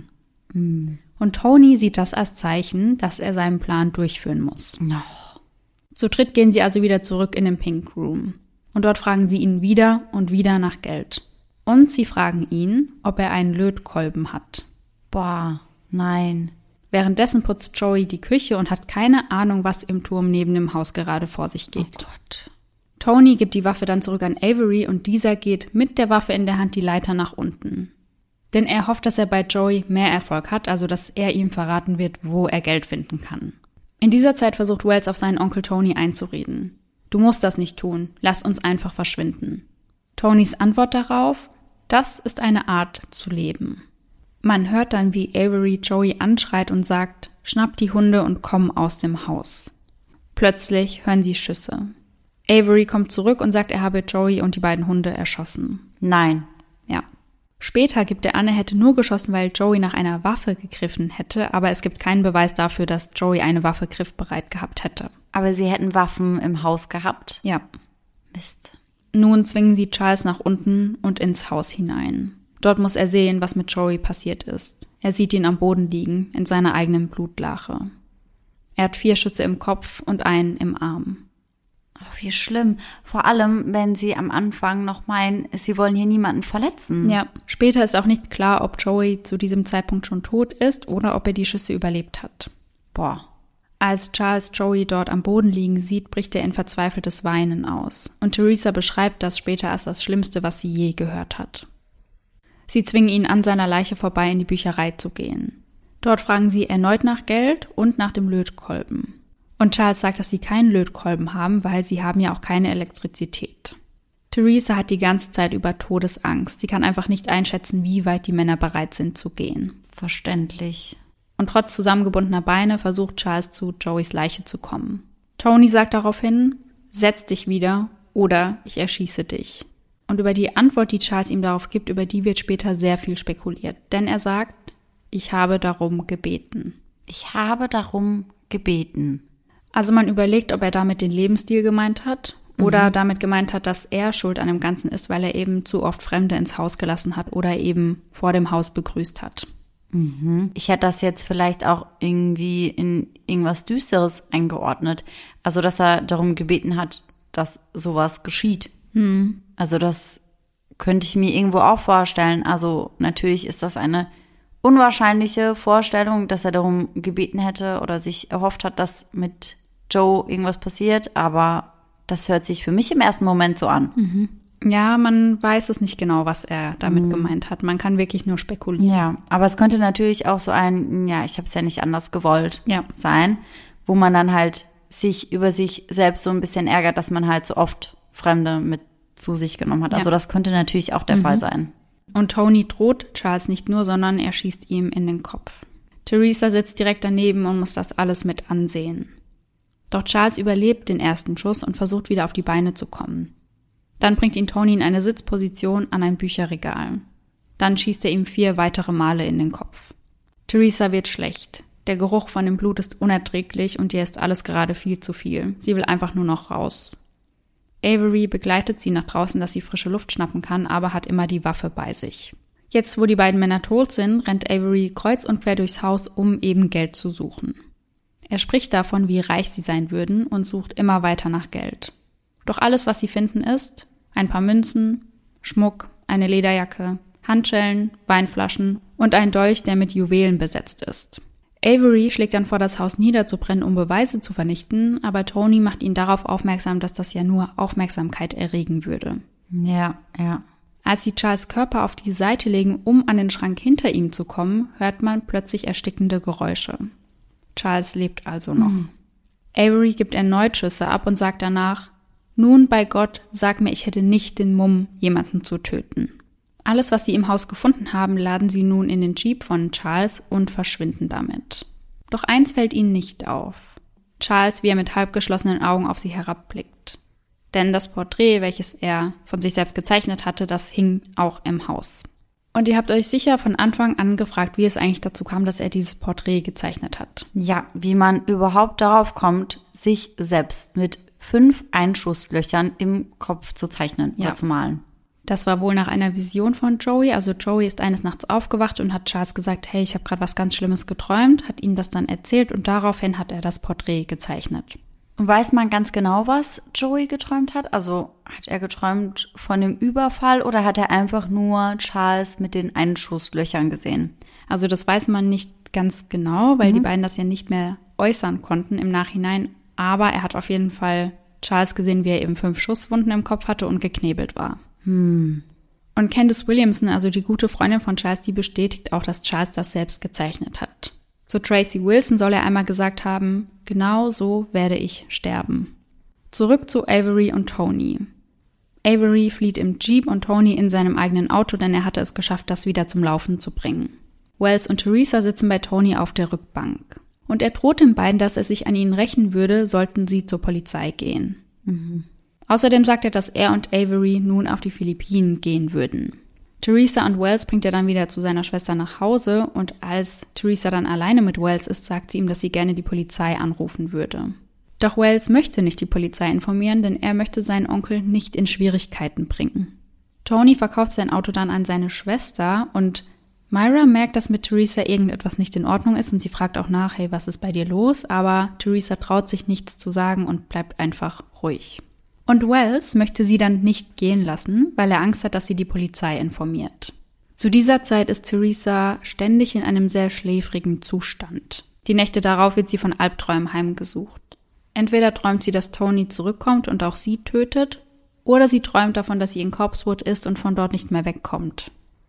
Und Tony sieht das als Zeichen, dass er seinen Plan durchführen muss. No. Zu dritt gehen sie also wieder zurück in den Pink Room. Und dort fragen sie ihn wieder und wieder nach Geld. Und sie fragen ihn, ob er einen Lötkolben hat. Boah, nein. Währenddessen putzt Joey die Küche und hat keine Ahnung, was im Turm neben dem Haus gerade vor sich geht. Oh Gott. Tony gibt die Waffe dann zurück an Avery und dieser geht mit der Waffe in der Hand die Leiter nach unten. Denn er hofft, dass er bei Joey mehr Erfolg hat, also dass er ihm verraten wird, wo er Geld finden kann. In dieser Zeit versucht Wells auf seinen Onkel Tony einzureden. Du musst das nicht tun, lass uns einfach verschwinden. Tonys Antwort darauf: Das ist eine Art zu leben. Man hört dann, wie Avery Joey anschreit und sagt: Schnapp die Hunde und komm aus dem Haus. Plötzlich hören sie Schüsse. Avery kommt zurück und sagt, er habe Joey und die beiden Hunde erschossen. Nein. Ja. Später gibt er an, er hätte nur geschossen, weil Joey nach einer Waffe gegriffen hätte, aber es gibt keinen Beweis dafür, dass Joey eine Waffe griffbereit gehabt hätte. Aber sie hätten Waffen im Haus gehabt? Ja. Mist. Nun zwingen sie Charles nach unten und ins Haus hinein. Dort muss er sehen, was mit Joey passiert ist. Er sieht ihn am Boden liegen, in seiner eigenen Blutlache. Er hat 4 Schüsse im Kopf und einen im Arm. Oh, wie schlimm. Vor allem, wenn sie am Anfang noch meinen, sie wollen hier niemanden verletzen. Ja, später ist auch nicht klar, ob Joey zu diesem Zeitpunkt schon tot ist oder ob er die Schüsse überlebt hat. Boah. Als Charles Joey dort am Boden liegen sieht, bricht er in verzweifeltes Weinen aus. Und Teresa beschreibt das später als das Schlimmste, was sie je gehört hat. Sie zwingen ihn an seiner Leiche vorbei in die Bücherei zu gehen. Dort fragen sie erneut nach Geld und nach dem Lötkolben. Und Charles sagt, dass sie keinen Lötkolben haben, weil sie haben ja auch keine Elektrizität. Teresa hat die ganze Zeit über Todesangst. Sie kann einfach nicht einschätzen, wie weit die Männer bereit sind zu gehen. Verständlich. Und trotz zusammengebundener Beine versucht Charles zu Joeys Leiche zu kommen. Tony sagt daraufhin: Setz dich wieder oder ich erschieße dich. Und über die Antwort, die Charles ihm darauf gibt, über die wird später sehr viel spekuliert. Denn er sagt: Ich habe darum gebeten. Ich habe darum gebeten. Also man überlegt, ob er damit den Lebensstil gemeint hat oder damit gemeint hat, dass er schuld an dem Ganzen ist, weil er eben zu oft Fremde ins Haus gelassen hat oder eben vor dem Haus begrüßt hat. Ich hätte das jetzt vielleicht auch irgendwie in irgendwas Düsteres eingeordnet. Also, dass er darum gebeten hat, dass sowas geschieht. Also, das könnte ich mir irgendwo auch vorstellen. Also, natürlich ist das eine unwahrscheinliche Vorstellung, dass er darum gebeten hätte oder sich erhofft hat, dass mit Joe irgendwas passiert. Aber das hört sich für mich im ersten Moment so an. Ja, man weiß es nicht genau, was er damit gemeint hat. Man kann wirklich nur spekulieren. Ja, aber es könnte natürlich auch so ein, ja, ich habe es ja nicht anders gewollt sein, wo man dann halt sich über sich selbst so ein bisschen ärgert, dass man halt so oft Fremde mit zu sich genommen hat. Also das könnte natürlich auch der Fall sein. Und Tony droht Charles nicht nur, sondern er schießt ihm in den Kopf. Teresa sitzt direkt daneben und muss das alles mit ansehen. Doch Charles überlebt den ersten Schuss und versucht wieder auf die Beine zu kommen. Dann bringt ihn Tony in eine Sitzposition an ein Bücherregal. Dann schießt er ihm 4 weitere Male in den Kopf. Teresa wird schlecht. Der Geruch von dem Blut ist unerträglich und ihr ist alles gerade viel zu viel. Sie will einfach nur noch raus. Avery begleitet sie nach draußen, dass sie frische Luft schnappen kann, aber hat immer die Waffe bei sich. Jetzt, wo die beiden Männer tot sind, rennt Avery kreuz und quer durchs Haus, um eben Geld zu suchen. Er spricht davon, wie reich sie sein würden und sucht immer weiter nach Geld. Doch alles, was sie finden, ist ein paar Münzen, Schmuck, eine Lederjacke, Handschellen, Weinflaschen und ein Dolch, der mit Juwelen besetzt ist. Avery schlägt dann vor, das Haus niederzubrennen, um Beweise zu vernichten, aber Tony macht ihn darauf aufmerksam, dass das ja nur Aufmerksamkeit erregen würde. Ja. Als sie Charles' Körper auf die Seite legen, um an den Schrank hinter ihm zu kommen, hört man plötzlich erstickende Geräusche. Charles lebt also noch. Avery gibt erneut Schüsse ab und sagt danach: Nun, bei Gott, sag mir, ich hätte nicht den Mumm, jemanden zu töten. Alles, was sie im Haus gefunden haben, laden sie nun in den Jeep von Charles und verschwinden damit. Doch eins fällt ihnen nicht auf. Charles, wie er mit halbgeschlossenen Augen auf sie herabblickt. Denn das Porträt, welches er von sich selbst gezeichnet hatte, das hing auch im Haus. Und ihr habt euch sicher von Anfang an gefragt, wie es eigentlich dazu kam, dass er dieses Porträt gezeichnet hat. Ja, wie man überhaupt darauf kommt, sich selbst mit 5 Einschusslöchern im Kopf zu zeichnen oder zu malen. Das war wohl nach einer Vision von Joey. Also Joey ist eines Nachts aufgewacht und hat Charles gesagt, hey, ich habe gerade was ganz Schlimmes geträumt, hat ihm das dann erzählt und daraufhin hat er das Porträt gezeichnet. Und weiß man ganz genau, was Joey geträumt hat? Also hat er geträumt von dem Überfall oder hat er einfach nur Charles mit den Einschusslöchern gesehen? Also das weiß man nicht ganz genau, weil die beiden das ja nicht mehr äußern konnten im Nachhinein. Aber er hat auf jeden Fall Charles gesehen, wie er eben 5 Schusswunden im Kopf hatte und geknebelt war. Und Candace Williamson, also die gute Freundin von Charles, die bestätigt auch, dass Charles das selbst gezeichnet hat. Zu Tracy Wilson soll er einmal gesagt haben, genau so werde ich sterben. Zurück zu Avery und Tony. Avery flieht im Jeep und Tony in seinem eigenen Auto, denn er hatte es geschafft, das wieder zum Laufen zu bringen. Wells und Teresa sitzen bei Tony auf der Rückbank. Und er droht den beiden, dass er sich an ihnen rächen würde, sollten sie zur Polizei gehen. Außerdem sagt er, dass er und Avery nun auf die Philippinen gehen würden. Teresa und Wells bringt er dann wieder zu seiner Schwester nach Hause und als Teresa dann alleine mit Wells ist, sagt sie ihm, dass sie gerne die Polizei anrufen würde. Doch Wells möchte nicht die Polizei informieren, denn er möchte seinen Onkel nicht in Schwierigkeiten bringen. Tony verkauft sein Auto dann an seine Schwester und Myra merkt, dass mit Teresa irgendetwas nicht in Ordnung ist und sie fragt auch nach, hey, was ist bei dir los? Aber Teresa traut sich nichts zu sagen und bleibt einfach ruhig. Und Wells möchte sie dann nicht gehen lassen, weil er Angst hat, dass sie die Polizei informiert. Zu dieser Zeit ist Teresa ständig in einem sehr schläfrigen Zustand. Die Nächte darauf wird sie von Albträumen heimgesucht. Entweder träumt sie, dass Tony zurückkommt und auch sie tötet, oder sie träumt davon, dass sie in Corpsewood ist und von dort nicht mehr wegkommt.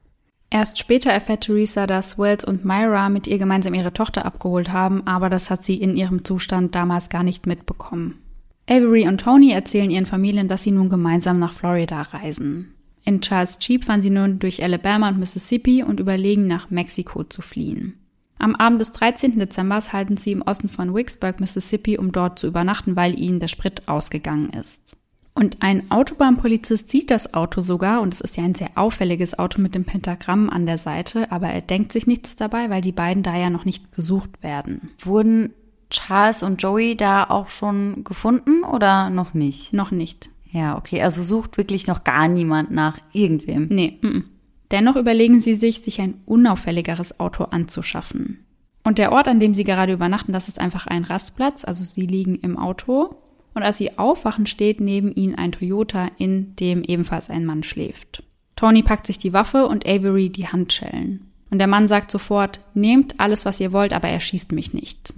Erst später erfährt Teresa, dass Wells und Myra mit ihr gemeinsam ihre Tochter abgeholt haben, aber das hat sie in ihrem Zustand damals gar nicht mitbekommen. Avery und Tony erzählen ihren Familien, dass sie nun gemeinsam nach Florida reisen. In Charles' Jeep fahren sie nun durch Alabama und Mississippi und überlegen, nach Mexiko zu fliehen. Am Abend des 13. Dezember halten sie im Osten von Vicksburg, Mississippi, um dort zu übernachten, weil ihnen der Sprit ausgegangen ist. Und ein Autobahnpolizist sieht das Auto sogar, und es ist ja ein sehr auffälliges Auto mit dem Pentagramm an der Seite, aber er denkt sich nichts dabei, weil die beiden da ja noch nicht gesucht werden. Wurden Charles und Joey da auch schon gefunden oder noch nicht? Noch nicht. Ja, okay, also sucht wirklich noch gar niemand nach irgendwem? Nee, Dennoch überlegen sie sich ein unauffälligeres Auto anzuschaffen. Und der Ort, an dem sie gerade übernachten, das ist einfach ein Rastplatz, also sie liegen im Auto. Und als sie aufwachen, steht neben ihnen ein Toyota, in dem ebenfalls ein Mann schläft. Tony packt sich die Waffe und Avery die Handschellen. Und der Mann sagt sofort, nehmt alles, was ihr wollt, aber erschießt mich nicht.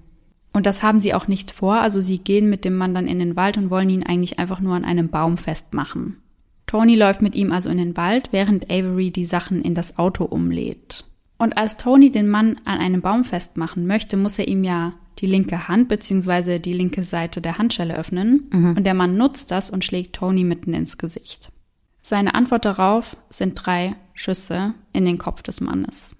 Und das haben sie auch nicht vor, also sie gehen mit dem Mann dann in den Wald und wollen ihn eigentlich einfach nur an einem Baum festmachen. Tony läuft mit ihm also in den Wald, während Avery die Sachen in das Auto umlädt. Und als Tony den Mann an einem Baum festmachen möchte, muss er ihm ja die linke Hand bzw. die linke Seite der Handschelle öffnen. Und der Mann nutzt das und schlägt Tony mitten ins Gesicht. Seine Antwort darauf sind 3 Schüsse in den Kopf des Mannes.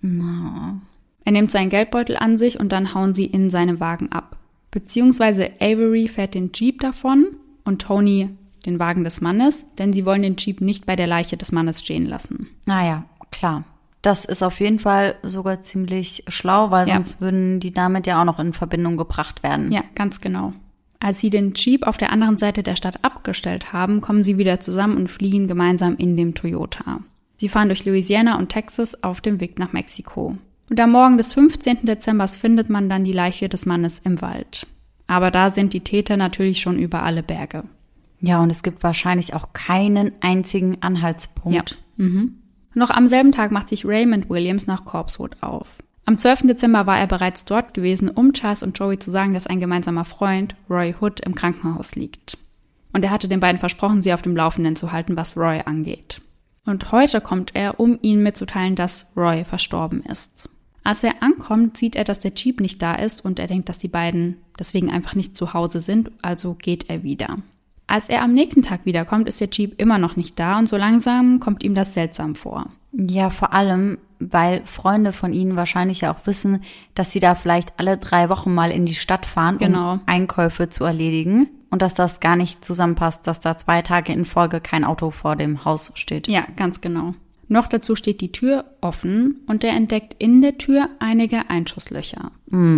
Er nimmt seinen Geldbeutel an sich und dann hauen sie in seinem Wagen ab. Beziehungsweise Avery fährt den Jeep davon und Tony den Wagen des Mannes, denn sie wollen den Jeep nicht bei der Leiche des Mannes stehen lassen. Naja, klar. Das ist auf jeden Fall sogar ziemlich schlau, weil sonst würden die damit ja auch noch in Verbindung gebracht werden. Ja, ganz genau. Als sie den Jeep auf der anderen Seite der Stadt abgestellt haben, kommen sie wieder zusammen und fliehen gemeinsam in dem Toyota. Sie fahren durch Louisiana und Texas auf dem Weg nach Mexiko. Und am Morgen des 15. Dezember findet man dann die Leiche des Mannes im Wald. Aber da sind die Täter natürlich schon über alle Berge. Ja, und es gibt wahrscheinlich auch keinen einzigen Anhaltspunkt. Ja. Noch am selben Tag macht sich Raymond Williams nach Corpsewood auf. Am 12. Dezember war er bereits dort gewesen, um Charles und Joey zu sagen, dass ein gemeinsamer Freund, Roy Hood, im Krankenhaus liegt. Und er hatte den beiden versprochen, sie auf dem Laufenden zu halten, was Roy angeht. Und heute kommt er, um ihnen mitzuteilen, dass Roy verstorben ist. Als er ankommt, sieht er, dass der Jeep nicht da ist und er denkt, dass die beiden deswegen einfach nicht zu Hause sind, also geht er wieder. Als er am nächsten Tag wiederkommt, ist der Jeep immer noch nicht da und so langsam kommt ihm das seltsam vor. Ja, vor allem, weil Freunde von ihnen wahrscheinlich ja auch wissen, dass sie da vielleicht alle 3 Wochen mal in die Stadt fahren, um Einkäufe zu erledigen. Und dass das gar nicht zusammenpasst, dass da 2 Tage in Folge kein Auto vor dem Haus steht. Ja, ganz genau. Noch dazu steht die Tür offen und er entdeckt in der Tür einige Einschusslöcher.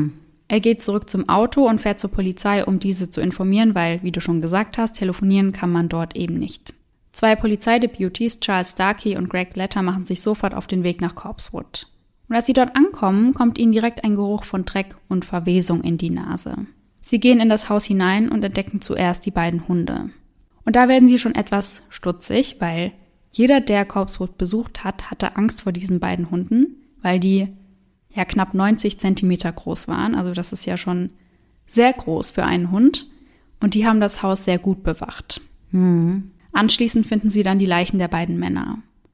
Er geht zurück zum Auto und fährt zur Polizei, um diese zu informieren, weil, wie du schon gesagt hast, telefonieren kann man dort eben nicht. 2 Polizeideputies, Charles Starkey und Greg Letter, machen sich sofort auf den Weg nach Corpsewood. Und als sie dort ankommen, kommt ihnen direkt ein Geruch von Dreck und Verwesung in die Nase. Sie gehen in das Haus hinein und entdecken zuerst die beiden Hunde. Und da werden sie schon etwas stutzig, weil jeder, der Corpsewood besucht hat, hatte Angst vor diesen beiden Hunden, weil die ja knapp 90 Zentimeter groß waren. Also das ist ja schon sehr groß für einen Hund. Und die haben das Haus sehr gut bewacht. Anschließend finden sie dann die Leichen der beiden Männer.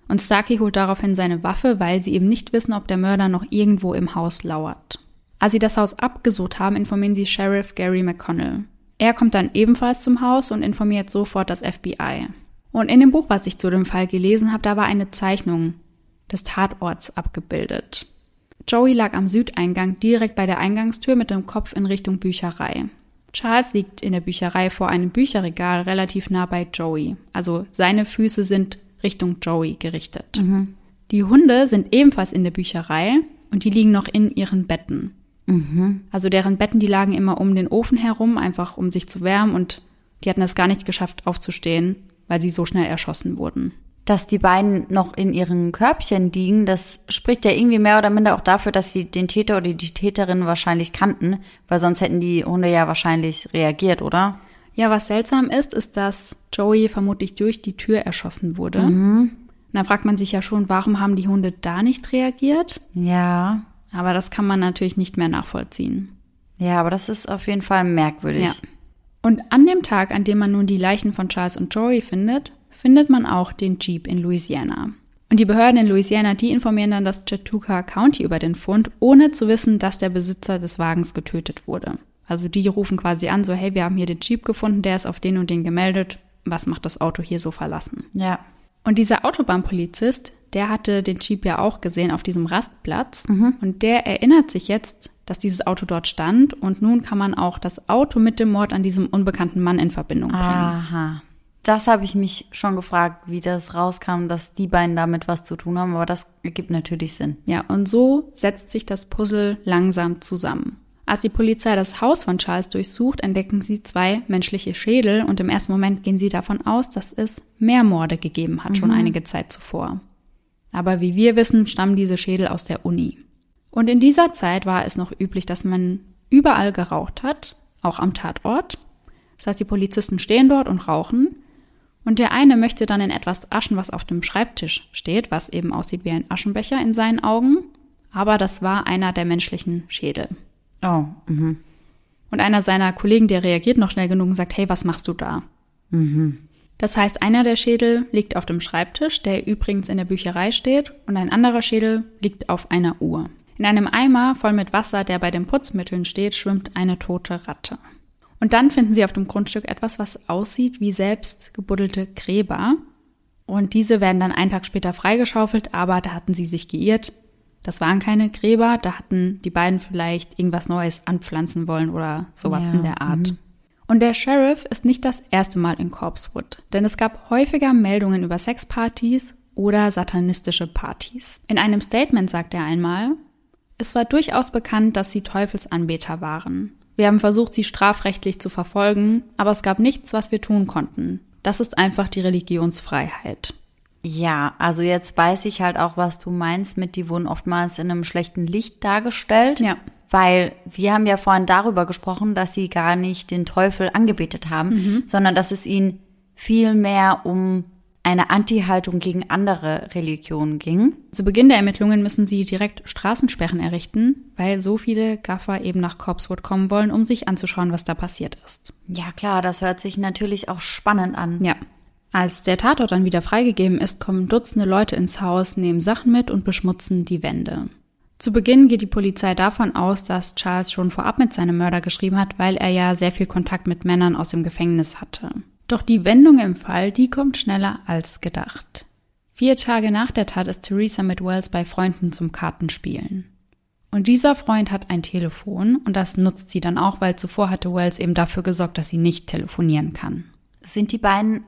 Und Starkey holt daraufhin seine Waffe, weil sie eben nicht wissen, ob der Mörder noch irgendwo im Haus lauert. Als sie das Haus abgesucht haben, informieren sie Sheriff Gary McConnell. Er kommt dann ebenfalls zum Haus und informiert sofort das FBI. Und in dem Buch, was ich zu dem Fall gelesen habe, da war eine Zeichnung des Tatorts abgebildet. Joey lag am Südeingang direkt bei der Eingangstür mit dem Kopf in Richtung Bücherei. Charles liegt in der Bücherei vor einem Bücherregal relativ nah bei Joey. Also seine Füße sind Richtung Joey gerichtet. Mhm. Die Hunde sind ebenfalls in der Bücherei und die liegen noch in ihren Betten. Mhm. Also deren Betten, die lagen immer um den Ofen herum, einfach um sich zu wärmen und die hatten es gar nicht geschafft aufzustehen, weil sie so schnell erschossen wurden. Dass die beiden noch in ihren Körbchen liegen, das spricht ja irgendwie mehr oder minder auch dafür, dass sie den Täter oder die Täterin wahrscheinlich kannten, weil sonst hätten die Hunde ja wahrscheinlich reagiert, oder? Ja, was seltsam ist, dass Joey vermutlich durch die Tür erschossen wurde. Mhm. Und da fragt man sich ja schon, warum haben die Hunde da nicht reagiert? Ja. Aber das kann man natürlich nicht mehr nachvollziehen. Ja, aber das ist auf jeden Fall merkwürdig. Ja. Und an dem Tag, an dem man nun die Leichen von Charles und Joey findet man auch den Jeep in Louisiana. Und die Behörden in Louisiana, die informieren dann das Chautauqua County über den Fund, ohne zu wissen, dass der Besitzer des Wagens getötet wurde. Also die rufen quasi an, so hey, wir haben hier den Jeep gefunden, der ist auf den und den gemeldet. Was macht das Auto hier so verlassen? Ja. Und dieser Autobahnpolizist, der hatte den Jeep ja auch gesehen auf diesem Rastplatz. Und der erinnert sich jetzt, dass dieses Auto dort stand. Und nun kann man auch das Auto mit dem Mord an diesem unbekannten Mann in Verbindung bringen. Aha. Das habe ich mich schon gefragt, wie das rauskam, dass die beiden damit was zu tun haben. Aber das ergibt natürlich Sinn. Ja, und so setzt sich das Puzzle langsam zusammen. Als die Polizei das Haus von Charles durchsucht, entdecken sie 2 menschliche Schädel und im ersten Moment gehen sie davon aus, dass es mehr Morde gegeben hat, schon einige Zeit zuvor. Aber wie wir wissen, stammen diese Schädel aus der Uni. Und in dieser Zeit war es noch üblich, dass man überall geraucht hat, auch am Tatort. Das heißt, die Polizisten stehen dort und rauchen. Und der eine möchte dann in etwas aschen, was auf dem Schreibtisch steht, was eben aussieht wie ein Aschenbecher in seinen Augen. Aber das war einer der menschlichen Schädel. Oh, mhm. Und einer seiner Kollegen, der reagiert noch schnell genug und sagt, hey, was machst du da? Mhm. Das heißt, einer der Schädel liegt auf dem Schreibtisch, der übrigens in der Bücherei steht, und ein anderer Schädel liegt auf einer Uhr. In einem Eimer voll mit Wasser, der bei den Putzmitteln steht, schwimmt eine tote Ratte. Und dann finden sie auf dem Grundstück etwas, was aussieht wie selbst gebuddelte Gräber. Und diese werden dann einen Tag später freigeschaufelt, aber da hatten sie sich geirrt. Das waren keine Gräber, da hatten die beiden vielleicht irgendwas Neues anpflanzen wollen oder sowas in der Art. Und der Sheriff ist nicht das erste Mal in Corpsewood, denn es gab häufiger Meldungen über Sexpartys oder satanistische Partys. In einem Statement sagt er einmal, es war durchaus bekannt, dass sie Teufelsanbeter waren. Wir haben versucht, sie strafrechtlich zu verfolgen, aber es gab nichts, was wir tun konnten. Das ist einfach die Religionsfreiheit. Ja, also jetzt weiß ich halt auch, was du meinst mit, die wurden oftmals in einem schlechten Licht dargestellt. Ja. Weil wir haben ja vorhin darüber gesprochen, dass sie gar nicht den Teufel angebetet haben, sondern dass es ihnen viel mehr um eine Anti-Haltung gegen andere Religionen ging. Zu Beginn der Ermittlungen müssen sie direkt Straßensperren errichten, weil so viele Gaffer eben nach Corpsewood kommen wollen, um sich anzuschauen, was da passiert ist. Ja klar, das hört sich natürlich auch spannend an. Ja. Als der Tatort dann wieder freigegeben ist, kommen Dutzende Leute ins Haus, nehmen Sachen mit und beschmutzen die Wände. Zu Beginn geht die Polizei davon aus, dass Charles schon vorab mit seinem Mörder geschrieben hat, weil er ja sehr viel Kontakt mit Männern aus dem Gefängnis hatte. Doch die Wendung im Fall, die kommt schneller als gedacht. 4 Tage nach der Tat ist Teresa mit Wells bei Freunden zum Kartenspielen. Und dieser Freund hat ein Telefon und das nutzt sie dann auch, weil zuvor hatte Wells eben dafür gesorgt, dass sie nicht telefonieren kann. Sind die beiden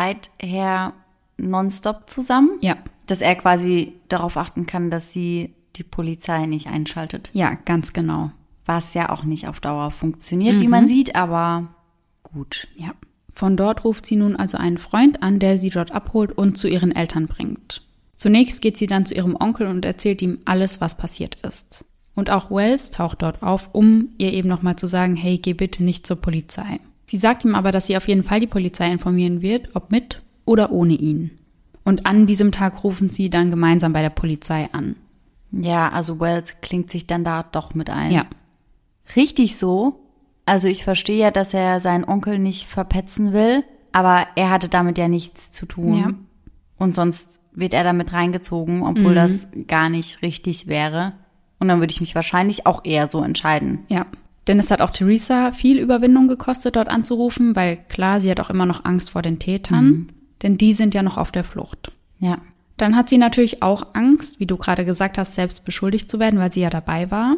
seither nonstop zusammen? Ja. Dass er quasi darauf achten kann, dass sie die Polizei nicht einschaltet. Ja, ganz genau. Was ja auch nicht auf Dauer funktioniert, wie man sieht, aber gut. Ja. Von dort ruft sie nun also einen Freund an, der sie dort abholt und zu ihren Eltern bringt. Zunächst geht sie dann zu ihrem Onkel und erzählt ihm alles, was passiert ist. Und auch Wells taucht dort auf, um ihr eben nochmal zu sagen, hey, geh bitte nicht zur Polizei. Sie sagt ihm aber, dass sie auf jeden Fall die Polizei informieren wird, ob mit oder ohne ihn. Und an diesem Tag rufen sie dann gemeinsam bei der Polizei an. Ja, also Wells klingt sich dann da doch mit ein. Ja. Richtig so. Also ich verstehe ja, dass er seinen Onkel nicht verpetzen will, aber er hatte damit ja nichts zu tun. Ja. Und sonst wird er damit reingezogen, obwohl das gar nicht richtig wäre. Und dann würde ich mich wahrscheinlich auch eher so entscheiden. Ja, denn es hat auch Teresa viel Überwindung gekostet, dort anzurufen, weil klar, sie hat auch immer noch Angst vor den Tätern, denn die sind ja noch auf der Flucht. Ja. Dann hat sie natürlich auch Angst, wie du gerade gesagt hast, selbst beschuldigt zu werden, weil sie ja dabei war.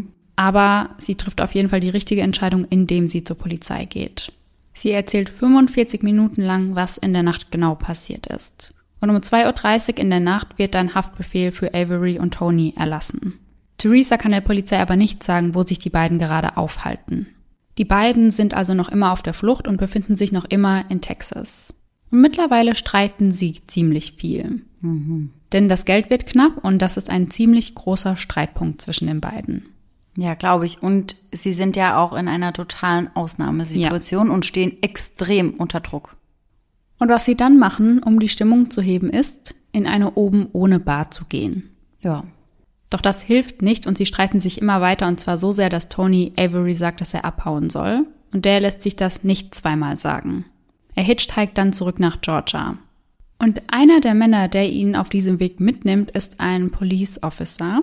Aber sie trifft auf jeden Fall die richtige Entscheidung, indem sie zur Polizei geht. Sie erzählt 45 Minuten lang, was in der Nacht genau passiert ist. Und um 2:30 Uhr in der Nacht wird dann Haftbefehl für Avery und Tony erlassen. Teresa kann der Polizei aber nicht sagen, wo sich die beiden gerade aufhalten. Die beiden sind also noch immer auf der Flucht und befinden sich noch immer in Texas. Und mittlerweile streiten sie ziemlich viel. Denn das Geld wird knapp und das ist ein ziemlich großer Streitpunkt zwischen den beiden. Ja, glaube ich. Und sie sind ja auch in einer totalen Ausnahmesituation und stehen extrem unter Druck. Und was sie dann machen, um die Stimmung zu heben, ist, in eine Oben-ohne-Bar zu gehen. Ja. Doch das hilft nicht und sie streiten sich immer weiter und zwar so sehr, dass Tony Avery sagt, dass er abhauen soll. Und der lässt sich das nicht zweimal sagen. Er hitchhiked dann zurück nach Georgia. Und einer der Männer, der ihn auf diesem Weg mitnimmt, ist ein Police Officer,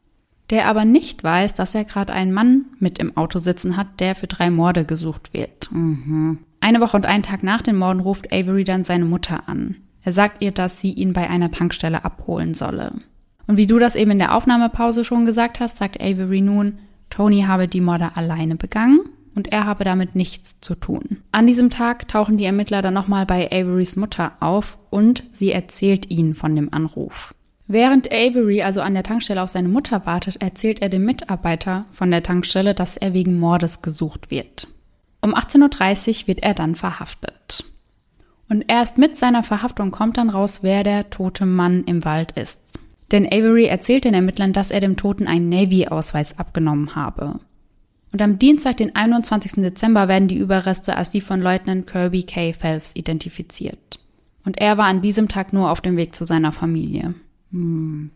der aber nicht weiß, dass er gerade einen Mann mit im Auto sitzen hat, der für 3 Morde gesucht wird. Eine Woche und einen Tag nach den Morden ruft Avery dann seine Mutter an. Er sagt ihr, dass sie ihn bei einer Tankstelle abholen solle. Und wie du das eben in der Aufnahmepause schon gesagt hast, sagt Avery nun, Tony habe die Morde alleine begangen und er habe damit nichts zu tun. An diesem Tag tauchen die Ermittler dann nochmal bei Averys Mutter auf und sie erzählt ihnen von dem Anruf. Während Avery also an der Tankstelle auf seine Mutter wartet, erzählt er dem Mitarbeiter von der Tankstelle, dass er wegen Mordes gesucht wird. Um 18:30 Uhr wird er dann verhaftet. Und erst mit seiner Verhaftung kommt dann raus, wer der tote Mann im Wald ist. Denn Avery erzählt den Ermittlern, dass er dem Toten einen Navy-Ausweis abgenommen habe. Und am Dienstag, den 21. Dezember, werden die Überreste als die von Leutnant Kirby K. Phelps identifiziert. Und er war an diesem Tag nur auf dem Weg zu seiner Familie. Und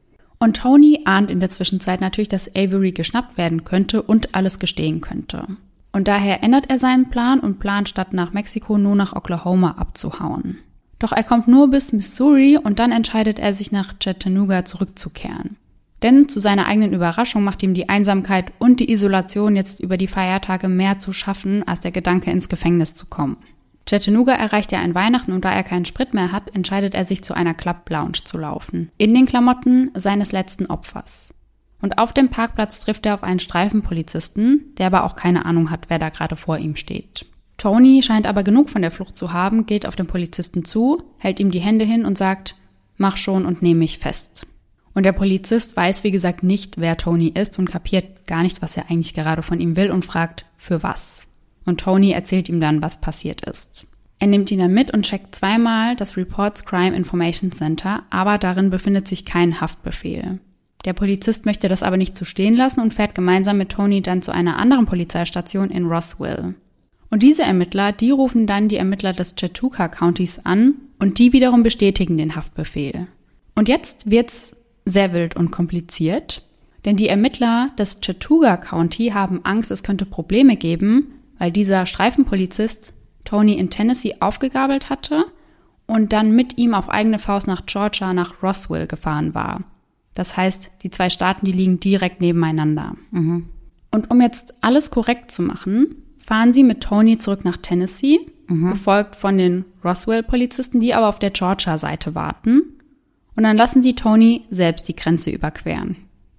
Tony ahnt in der Zwischenzeit natürlich, dass Avery geschnappt werden könnte und alles gestehen könnte. Und daher ändert er seinen Plan und plant, statt nach Mexiko nur nach Oklahoma abzuhauen. Doch er kommt nur bis Missouri und dann entscheidet er sich nach Chattanooga zurückzukehren. Denn zu seiner eigenen Überraschung macht ihm die Einsamkeit und die Isolation jetzt über die Feiertage mehr zu schaffen, als der Gedanke, ins Gefängnis zu kommen. Chattanooga erreicht er an Weihnachten und da er keinen Sprit mehr hat, entscheidet er sich zu einer Club Lounge zu laufen. In den Klamotten seines letzten Opfers. Und auf dem Parkplatz trifft er auf einen Streifenpolizisten, der aber auch keine Ahnung hat, wer da gerade vor ihm steht. Tony scheint aber genug von der Flucht zu haben, geht auf den Polizisten zu, hält ihm die Hände hin und sagt, mach schon und nehm mich fest. Und der Polizist weiß, wie gesagt, nicht, wer Tony ist und kapiert gar nicht, was er eigentlich gerade von ihm will und fragt, für was. Und Tony erzählt ihm dann, was passiert ist. Er nimmt ihn dann mit und checkt zweimal das Reports Crime Information Center, aber darin befindet sich kein Haftbefehl. Der Polizist möchte das aber nicht so stehen lassen und fährt gemeinsam mit Tony dann zu einer anderen Polizeistation in Roswell. Und diese Ermittler, die rufen dann die Ermittler des Chautauqua Countys an und die wiederum bestätigen den Haftbefehl. Und jetzt wird's sehr wild und kompliziert, denn die Ermittler des Chautauqua County haben Angst, es könnte Probleme geben, weil dieser Streifenpolizist Tony in Tennessee aufgegabelt hatte und dann mit ihm auf eigene Faust nach Georgia, nach Roswell gefahren war. Das heißt, die 2 Staaten, die liegen direkt nebeneinander. Und um jetzt alles korrekt zu machen, fahren sie mit Tony zurück nach Tennessee, gefolgt von den Roswell-Polizisten, die aber auf der Georgia-Seite warten. Und dann lassen sie Tony selbst die Grenze überqueren.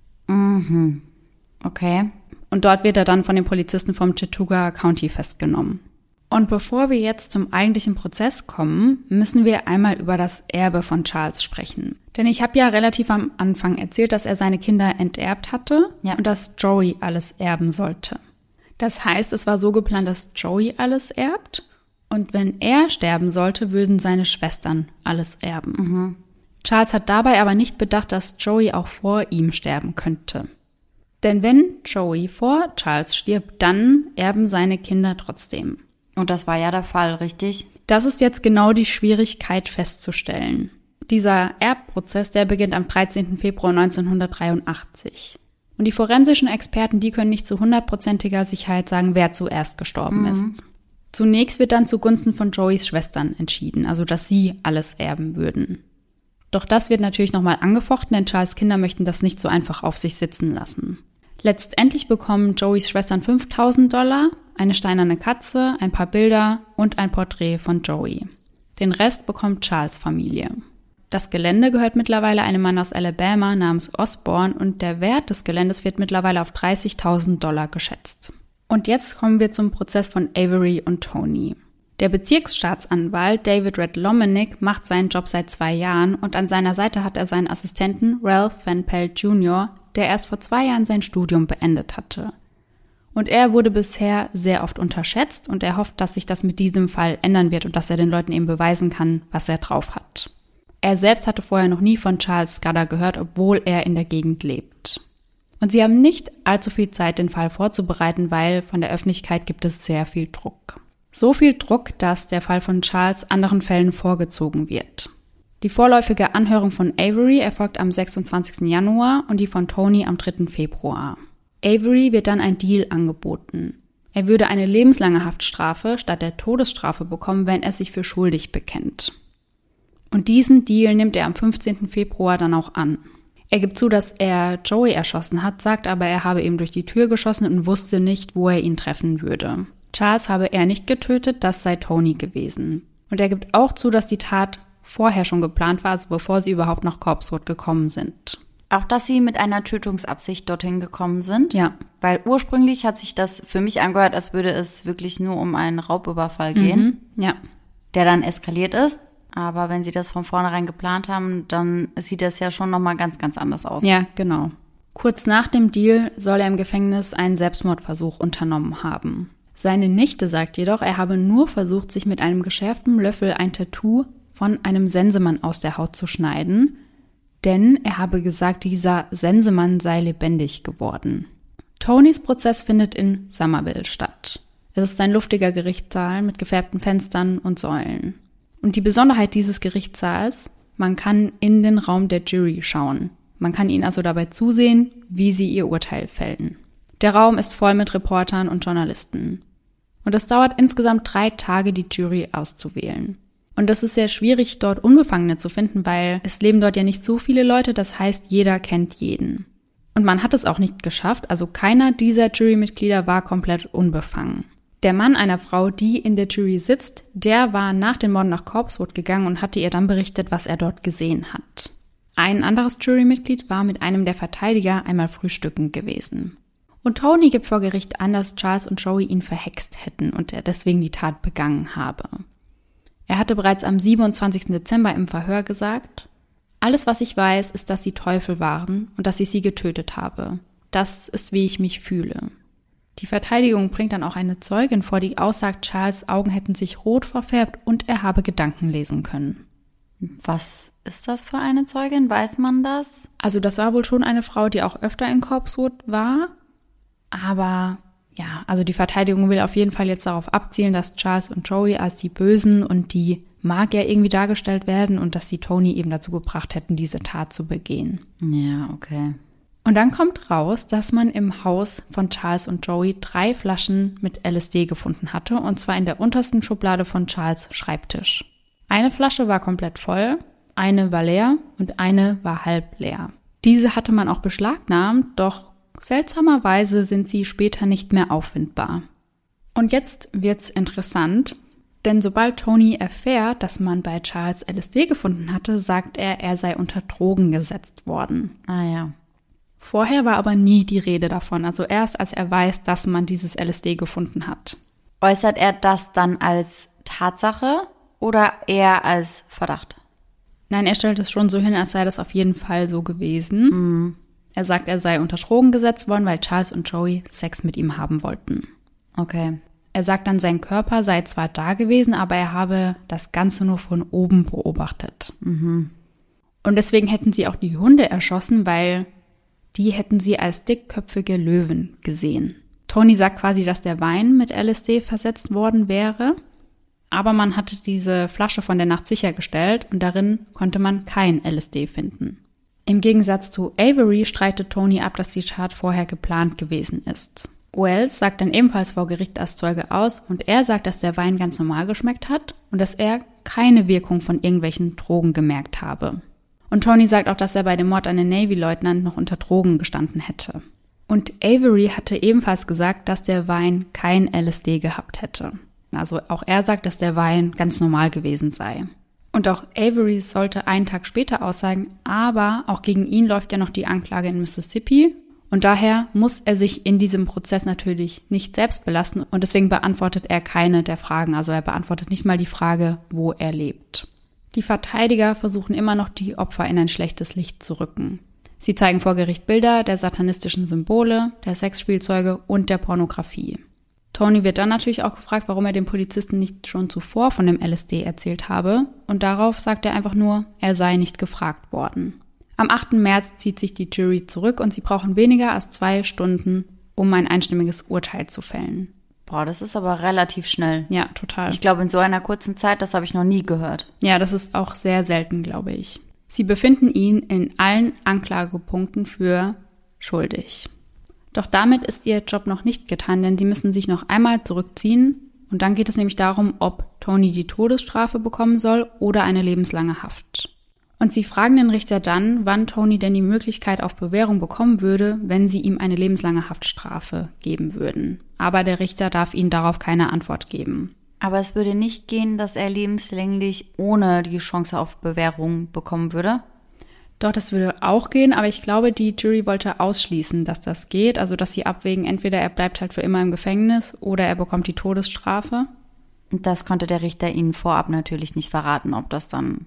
Okay. Und dort wird er dann von den Polizisten vom Chautauqua County festgenommen. Und bevor wir jetzt zum eigentlichen Prozess kommen, müssen wir einmal über das Erbe von Charles sprechen. Denn ich habe ja relativ am Anfang erzählt, dass er seine Kinder enterbt hatte und dass Joey alles erben sollte. Das heißt, es war so geplant, dass Joey alles erbt und wenn er sterben sollte, würden seine Schwestern alles erben. Charles hat dabei aber nicht bedacht, dass Joey auch vor ihm sterben könnte. Denn wenn Joey vor Charles stirbt, dann erben seine Kinder trotzdem. Und das war ja der Fall, richtig? Das ist jetzt genau die Schwierigkeit festzustellen. Dieser Erbprozess, der beginnt am 13. Februar 1983. Und die forensischen Experten, die können nicht zu 100%iger Sicherheit sagen, wer zuerst gestorben ist. Zunächst wird dann zugunsten von Joeys Schwestern entschieden, also dass sie alles erben würden. Doch das wird natürlich nochmal angefochten, denn Charles' Kinder möchten das nicht so einfach auf sich sitzen lassen. Letztendlich bekommen Joeys Schwestern $5.000, eine steinerne Katze, ein paar Bilder und ein Porträt von Joey. Den Rest bekommt Charles' Familie. Das Gelände gehört mittlerweile einem Mann aus Alabama namens Osborne und der Wert des Geländes wird mittlerweile auf $30.000 geschätzt. Und jetzt kommen wir zum Prozess von Avery und Tony. Der Bezirksstaatsanwalt David Red Lomenick macht seinen Job seit 2 Jahren und an seiner Seite hat er seinen Assistenten Ralph Van Pelt Jr., der erst vor 2 Jahren sein Studium beendet hatte. Und er wurde bisher sehr oft unterschätzt und er hofft, dass sich das mit diesem Fall ändern wird und dass er den Leuten eben beweisen kann, was er drauf hat. Er selbst hatte vorher noch nie von Charles Scudder gehört, obwohl er in der Gegend lebt. Und sie haben nicht allzu viel Zeit, den Fall vorzubereiten, weil von der Öffentlichkeit gibt es sehr viel Druck. So viel Druck, dass der Fall von Charles anderen Fällen vorgezogen wird. Die vorläufige Anhörung von Avery erfolgt am 26. Januar und die von Tony am 3. Februar. Avery wird dann ein Deal angeboten. Er würde eine lebenslange Haftstrafe statt der Todesstrafe bekommen, wenn er sich für schuldig bekennt. Und diesen Deal nimmt er am 15. Februar dann auch an. Er gibt zu, dass er Joey erschossen hat, sagt aber, er habe eben durch die Tür geschossen und wusste nicht, wo er ihn treffen würde. Charles habe er nicht getötet, das sei Tony gewesen. Und er gibt auch zu, dass die Tat vorher schon geplant war, also bevor sie überhaupt nach Corpsewood gekommen sind. Auch, dass sie mit einer Tötungsabsicht dorthin gekommen sind? Ja. Weil ursprünglich hat sich das für mich angehört, als würde es wirklich nur um einen Raubüberfall gehen. Ja. Der dann eskaliert ist. Aber wenn sie das von vornherein geplant haben, dann sieht das ja schon nochmal ganz, ganz anders aus. Ja, genau. Kurz nach dem Deal soll er im Gefängnis einen Selbstmordversuch unternommen haben. Seine Nichte sagt jedoch, er habe nur versucht, sich mit einem geschärften Löffel ein Tattoo von einem Sensemann aus der Haut zu schneiden, denn er habe gesagt, dieser Sensemann sei lebendig geworden. Tonys Prozess findet in Somerville statt. Es ist ein luftiger Gerichtssaal mit gefärbten Fenstern und Säulen. Und die Besonderheit dieses Gerichtssaals, man kann in den Raum der Jury schauen. Man kann ihnen also dabei zusehen, wie sie ihr Urteil fällen. Der Raum ist voll mit Reportern und Journalisten. Und es dauert insgesamt 3 Tage, die Jury auszuwählen. Und es ist sehr schwierig, dort Unbefangene zu finden, weil es leben dort ja nicht so viele Leute, das heißt, jeder kennt jeden. Und man hat es auch nicht geschafft, also keiner dieser Jurymitglieder war komplett unbefangen. Der Mann einer Frau, die in der Jury sitzt, der war nach den Morden nach Corpsewood gegangen und hatte ihr dann berichtet, was er dort gesehen hat. Ein anderes Jurymitglied war mit einem der Verteidiger einmal frühstücken gewesen. Und Tony gibt vor Gericht an, dass Charles und Joey ihn verhext hätten und er deswegen die Tat begangen habe. Er hatte bereits am 27. Dezember im Verhör gesagt, alles, was ich weiß, ist, dass sie Teufel waren und dass ich sie getötet habe. Das ist, wie ich mich fühle. Die Verteidigung bringt dann auch eine Zeugin vor, die aussagt, Charles' Augen hätten sich rot verfärbt und er habe Gedanken lesen können. Was ist das für eine Zeugin? Weiß man das? Also das war wohl schon eine Frau, die auch öfter in Corpsewood war. Aber ja, also die Verteidigung will auf jeden Fall jetzt darauf abzielen, dass Charles und Joey als die Bösen und die Magier irgendwie dargestellt werden und dass sie Tony eben dazu gebracht hätten, diese Tat zu begehen. Ja, okay. Und dann kommt raus, dass man im Haus von Charles und Joey 3 Flaschen mit LSD gefunden hatte, und zwar in der untersten Schublade von Charles' Schreibtisch. Eine Flasche war komplett voll, eine war leer und eine war halb leer. Diese hatte man auch beschlagnahmt, doch seltsamerweise sind sie später nicht mehr auffindbar. Und jetzt wird's interessant, denn sobald Tony erfährt, dass man bei Charles LSD gefunden hatte, sagt er, er sei unter Drogen gesetzt worden. Ah ja. Vorher war aber nie die Rede davon, also erst als er weiß, dass man dieses LSD gefunden hat. Äußert er das dann als Tatsache oder eher als Verdacht? Nein, er stellt es schon so hin, als sei das auf jeden Fall so gewesen. Er sagt, er sei unter Drogen gesetzt worden, weil Charles und Joey Sex mit ihm haben wollten. Okay. Er sagt dann, sein Körper sei zwar da gewesen, aber er habe das Ganze nur von oben beobachtet. Und deswegen hätten sie auch die Hunde erschossen, weil die hätten sie als dickköpfige Löwen gesehen. Tony sagt quasi, dass der Wein mit LSD versetzt worden wäre, aber man hatte diese Flasche von der Nacht sichergestellt und darin konnte man kein LSD finden. Im Gegensatz zu Avery streitet Tony ab, dass die Tat vorher geplant gewesen ist. Wells sagt dann ebenfalls vor Gericht als Zeuge aus und er sagt, dass der Wein ganz normal geschmeckt hat und dass er keine Wirkung von irgendwelchen Drogen gemerkt habe. Und Tony sagt auch, dass er bei dem Mord an den Navy-Leutnant noch unter Drogen gestanden hätte. Und Avery hatte ebenfalls gesagt, dass der Wein kein LSD gehabt hätte. Also auch er sagt, dass der Wein ganz normal gewesen sei. Und auch Avery sollte einen Tag später aussagen, aber auch gegen ihn läuft ja noch die Anklage in Mississippi. Und daher muss er sich in diesem Prozess natürlich nicht selbst belasten und deswegen beantwortet er keine der Fragen. Also er beantwortet nicht mal die Frage, wo er lebt. Die Verteidiger versuchen immer noch, die Opfer in ein schlechtes Licht zu rücken. Sie zeigen vor Gericht Bilder der satanistischen Symbole, der Sexspielzeuge und der Pornografie. Tony wird dann natürlich auch gefragt, warum er dem Polizisten nicht schon zuvor von dem LSD erzählt habe. Und darauf sagt er einfach nur, er sei nicht gefragt worden. Am 8. März zieht sich die Jury zurück und sie brauchen weniger als 2 Stunden, um ein einstimmiges Urteil zu fällen. Boah, das ist aber relativ schnell. Ja, total. Ich glaube, in so einer kurzen Zeit, das habe ich noch nie gehört. Ja, das ist auch sehr selten, glaube ich. Sie befinden ihn in allen Anklagepunkten für schuldig. Doch damit ist ihr Job noch nicht getan, denn sie müssen sich noch einmal zurückziehen. Und dann geht es nämlich darum, ob Tony die Todesstrafe bekommen soll oder eine lebenslange Haft. Und sie fragen den Richter dann, wann Tony denn die Möglichkeit auf Bewährung bekommen würde, wenn sie ihm eine lebenslange Haftstrafe geben würden. Aber der Richter darf ihnen darauf keine Antwort geben. Aber es würde nicht gehen, dass er lebenslänglich ohne die Chance auf Bewährung bekommen würde? Doch, das würde auch gehen, aber ich glaube, die Jury wollte ausschließen, dass das geht. Also, dass sie abwägen, entweder er bleibt halt für immer im Gefängnis oder er bekommt die Todesstrafe. Und das konnte der Richter ihnen vorab natürlich nicht verraten, ob das dann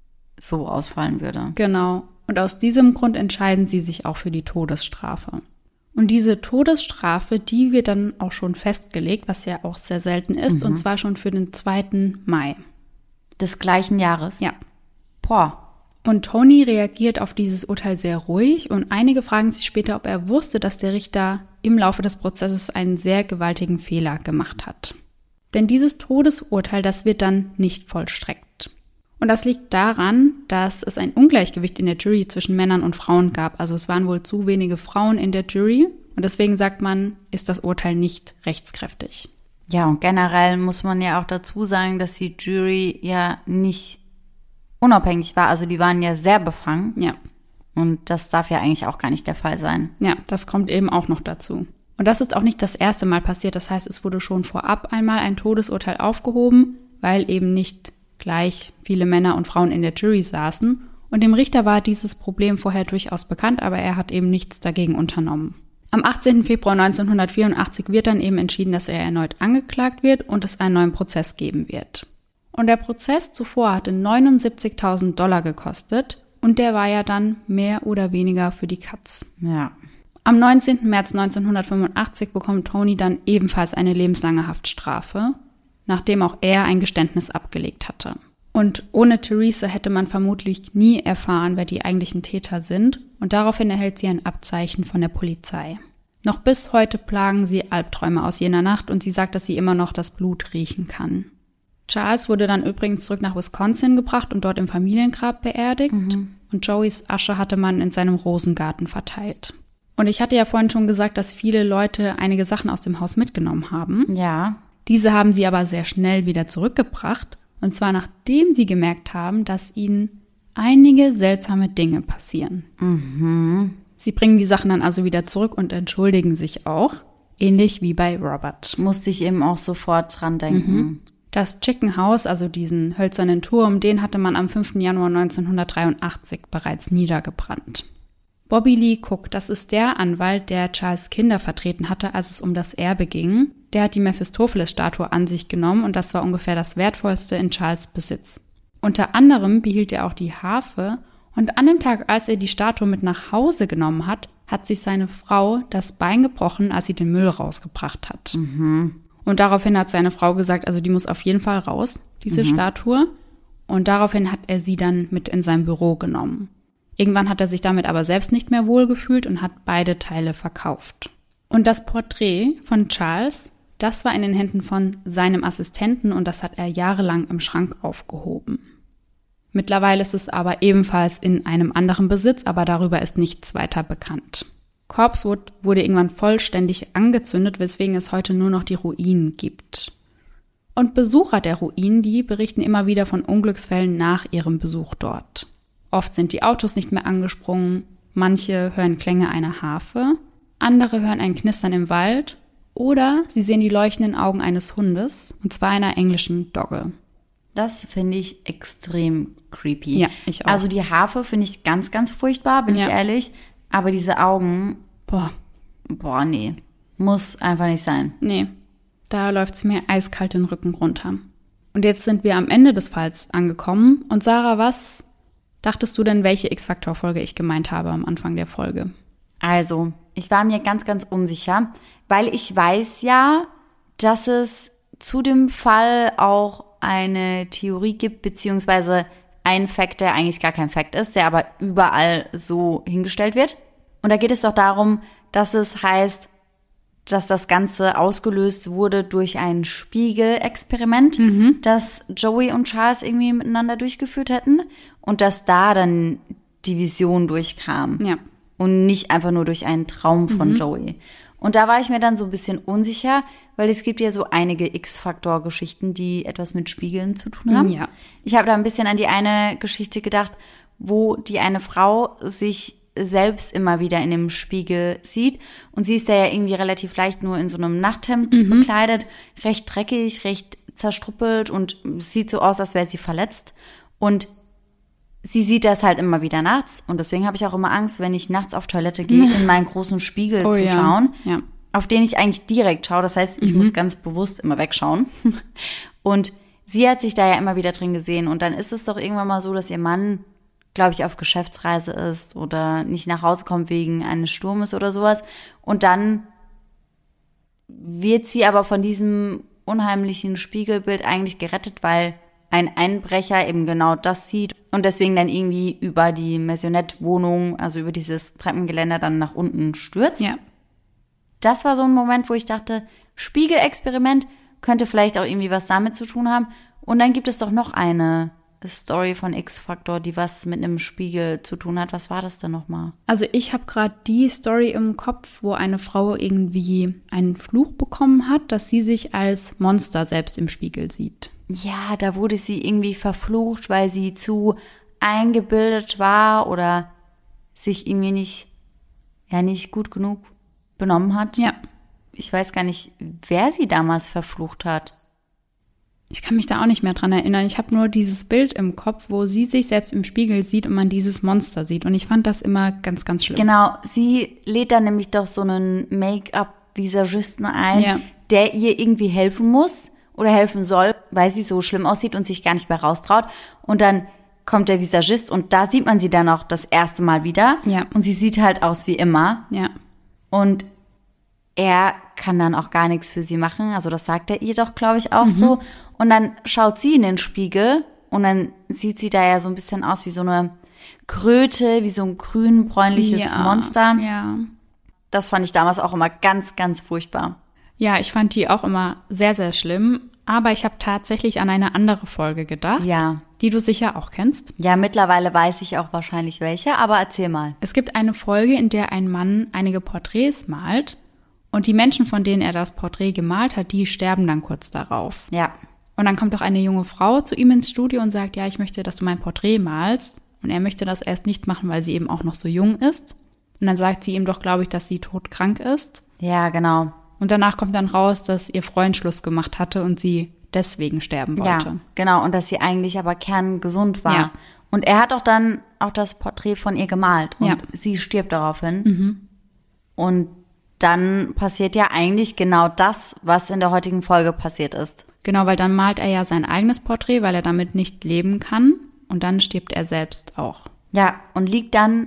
so ausfallen würde. Genau. Und aus diesem Grund entscheiden sie sich auch für die Todesstrafe. Und diese Todesstrafe, die wird dann auch schon festgelegt, was ja auch sehr selten ist, und zwar schon für den 2. Mai. Des gleichen Jahres? Ja. Boah. Und Tony reagiert auf dieses Urteil sehr ruhig und einige fragen sich später, ob er wusste, dass der Richter im Laufe des Prozesses einen sehr gewaltigen Fehler gemacht hat. Denn dieses Todesurteil, das wird dann nicht vollstreckt. Und das liegt daran, dass es ein Ungleichgewicht in der Jury zwischen Männern und Frauen gab. Also es waren wohl zu wenige Frauen in der Jury und deswegen sagt man, ist das Urteil nicht rechtskräftig. Ja, und generell muss man ja auch dazu sagen, dass die Jury ja nicht unabhängig war. Also die waren ja sehr befangen. Ja. Und das darf ja eigentlich auch gar nicht der Fall sein. Ja, das kommt eben auch noch dazu. Und das ist auch nicht das erste Mal passiert. Das heißt, es wurde schon vorab einmal ein Todesurteil aufgehoben, weil eben nicht gleich viele Männer und Frauen in der Jury saßen. Und dem Richter war dieses Problem vorher durchaus bekannt, aber er hat eben nichts dagegen unternommen. Am 18. Februar 1984 wird dann eben entschieden, dass er erneut angeklagt wird und es einen neuen Prozess geben wird. Und der Prozess zuvor hatte $79.000 gekostet und der war ja dann mehr oder weniger für die Katz. Ja. Am 19. März 1985 bekommt Tony dann ebenfalls eine lebenslange Haftstrafe, nachdem auch er ein Geständnis abgelegt hatte. Und ohne Teresa hätte man vermutlich nie erfahren, wer die eigentlichen Täter sind, und daraufhin erhält sie ein Abzeichen von der Polizei. Noch bis heute plagen sie Albträume aus jener Nacht und sie sagt, dass sie immer noch das Blut riechen kann. Charles wurde dann übrigens zurück nach Wisconsin gebracht und dort im Familiengrab beerdigt. Und Joeys Asche hatte man in seinem Rosengarten verteilt. Und ich hatte ja vorhin schon gesagt, dass viele Leute einige Sachen aus dem Haus mitgenommen haben. Ja. Diese haben sie aber sehr schnell wieder zurückgebracht. Und zwar nachdem sie gemerkt haben, dass ihnen einige seltsame Dinge passieren. Sie bringen die Sachen dann also wieder zurück und entschuldigen sich auch. Ähnlich wie bei Robert. Musste ich eben auch sofort dran denken. Das Chicken House, also diesen hölzernen Turm, den hatte man am 5. Januar 1983 bereits niedergebrannt. Bobby Lee Cook, das ist der Anwalt, der Charles Kinder vertreten hatte, als es um das Erbe ging. Der hat die Mephistopheles-Statue an sich genommen und das war ungefähr das Wertvollste in Charles' Besitz. Unter anderem behielt er auch die Harfe und an dem Tag, als er die Statue mit nach Hause genommen hat, hat sich seine Frau das Bein gebrochen, als sie den Müll rausgebracht hat. Und daraufhin hat seine Frau gesagt, also die muss auf jeden Fall raus, diese Statue. Und daraufhin hat er sie dann mit in sein Büro genommen. Irgendwann hat er sich damit aber selbst nicht mehr wohlgefühlt und hat beide Teile verkauft. Und das Porträt von Charles, das war in den Händen von seinem Assistenten und das hat er jahrelang im Schrank aufgehoben. Mittlerweile ist es aber ebenfalls in einem anderen Besitz, aber darüber ist nichts weiter bekannt. Corpsewood wurde irgendwann vollständig angezündet, weswegen es heute nur noch die Ruinen gibt. Und Besucher der Ruinen, die berichten immer wieder von Unglücksfällen nach ihrem Besuch dort. Oft sind die Autos nicht mehr angesprungen. Manche hören Klänge einer Harfe. Andere hören ein Knistern im Wald. Oder sie sehen die leuchtenden Augen eines Hundes, und zwar einer englischen Dogge. Das finde ich extrem creepy. Ja, ich auch. Also die Harfe finde ich ganz, ganz furchtbar, bin ich ehrlich. Aber diese Augen, boah, nee, muss einfach nicht sein. Nee, da läuft es mir eiskalt den Rücken runter. Und jetzt sind wir am Ende des Falls angekommen. Und Sarah, was dachtest du denn, welche X-Factor-Folge ich gemeint habe am Anfang der Folge? Also, ich war mir ganz, ganz unsicher, weil ich weiß ja, dass es zu dem Fall auch eine Theorie gibt, beziehungsweise ein Fact, der eigentlich gar kein Fact ist, der aber überall so hingestellt wird. Und da geht es doch darum, dass es heißt, dass das Ganze ausgelöst wurde durch ein Spiegelexperiment, das Joey und Charles irgendwie miteinander durchgeführt hätten und dass da dann die Vision durchkam. Ja. Und nicht einfach nur durch einen Traum von Joey. Und da war ich mir dann so ein bisschen unsicher, weil es gibt ja so einige X-Faktor-Geschichten, die etwas mit Spiegeln zu tun haben. Ja. Ich habe da ein bisschen an die eine Geschichte gedacht, wo die eine Frau sich selbst immer wieder in dem Spiegel sieht. Und sie ist da ja irgendwie relativ leicht nur in so einem Nachthemd bekleidet, recht dreckig, recht zerstruppelt und sieht so aus, als wäre sie verletzt. Und sie sieht das halt immer wieder nachts. Und deswegen habe ich auch immer Angst, wenn ich nachts auf Toilette gehe, in meinen großen Spiegel zu schauen, auf den ich eigentlich direkt schaue. Das heißt, ich muss ganz bewusst immer wegschauen. Und sie hat sich da ja immer wieder drin gesehen. Und dann ist es doch irgendwann mal so, dass ihr Mann, glaube ich, auf Geschäftsreise ist oder nicht nach Hause kommt wegen eines Sturmes oder sowas. Und dann wird sie aber von diesem unheimlichen Spiegelbild eigentlich gerettet, weil ein Einbrecher eben genau das sieht und deswegen dann irgendwie über die Maisonette-Wohnung, also über dieses Treppengeländer dann nach unten stürzt. Ja. Das war so ein Moment, wo ich dachte, Spiegelexperiment könnte vielleicht auch irgendwie was damit zu tun haben. Und dann gibt es doch noch eine Story von X-Factor, die was mit einem Spiegel zu tun hat. Was war das denn nochmal? Also ich habe gerade die Story im Kopf, wo eine Frau irgendwie einen Fluch bekommen hat, dass sie sich als Monster selbst im Spiegel sieht. Ja, da wurde sie irgendwie verflucht, weil sie zu eingebildet war oder sich irgendwie nicht gut genug benommen hat. Ja. Ich weiß gar nicht, wer sie damals verflucht hat. Ich kann mich da auch nicht mehr dran erinnern. Ich habe nur dieses Bild im Kopf, wo sie sich selbst im Spiegel sieht und man dieses Monster sieht. Und ich fand das immer ganz, ganz schlimm. Genau, sie lädt dann nämlich doch so einen Make-up-Visagisten ein, der ihr irgendwie helfen muss oder helfen soll, weil sie so schlimm aussieht und sich gar nicht mehr raustraut. Und dann kommt der Visagist und da sieht man sie dann auch das erste Mal wieder. Ja. Und sie sieht halt aus wie immer. Ja. Und er kann dann auch gar nichts für sie machen. Also das sagt er ihr doch, glaube ich, auch so. Und dann schaut sie in den Spiegel und dann sieht sie da ja so ein bisschen aus wie so eine Kröte, wie so ein grün-bräunliches Monster. Ja. Das fand ich damals auch immer ganz, ganz furchtbar. Ja, ich fand die auch immer sehr, sehr schlimm. Aber ich habe tatsächlich an eine andere Folge gedacht, die du sicher auch kennst. Ja, mittlerweile weiß ich auch wahrscheinlich welche, aber erzähl mal. Es gibt eine Folge, in der ein Mann einige Porträts malt und die Menschen, von denen er das Porträt gemalt hat, die sterben dann kurz darauf. Ja. Und dann kommt doch eine junge Frau zu ihm ins Studio und sagt, ja, ich möchte, dass du mein Porträt malst. Und er möchte das erst nicht machen, weil sie eben auch noch so jung ist. Und dann sagt sie ihm doch, glaube ich, dass sie todkrank ist. Ja, genau. Und danach kommt dann raus, dass ihr Freund Schluss gemacht hatte und sie deswegen sterben wollte. Ja, genau. Und dass sie eigentlich aber kerngesund war. Ja. Und er hat auch dann auch das Porträt von ihr gemalt. Und sie stirbt daraufhin. Und dann passiert ja eigentlich genau das, was in der heutigen Folge passiert ist. Genau, weil dann malt er ja sein eigenes Porträt, weil er damit nicht leben kann. Und dann stirbt er selbst auch. Ja, und liegt dann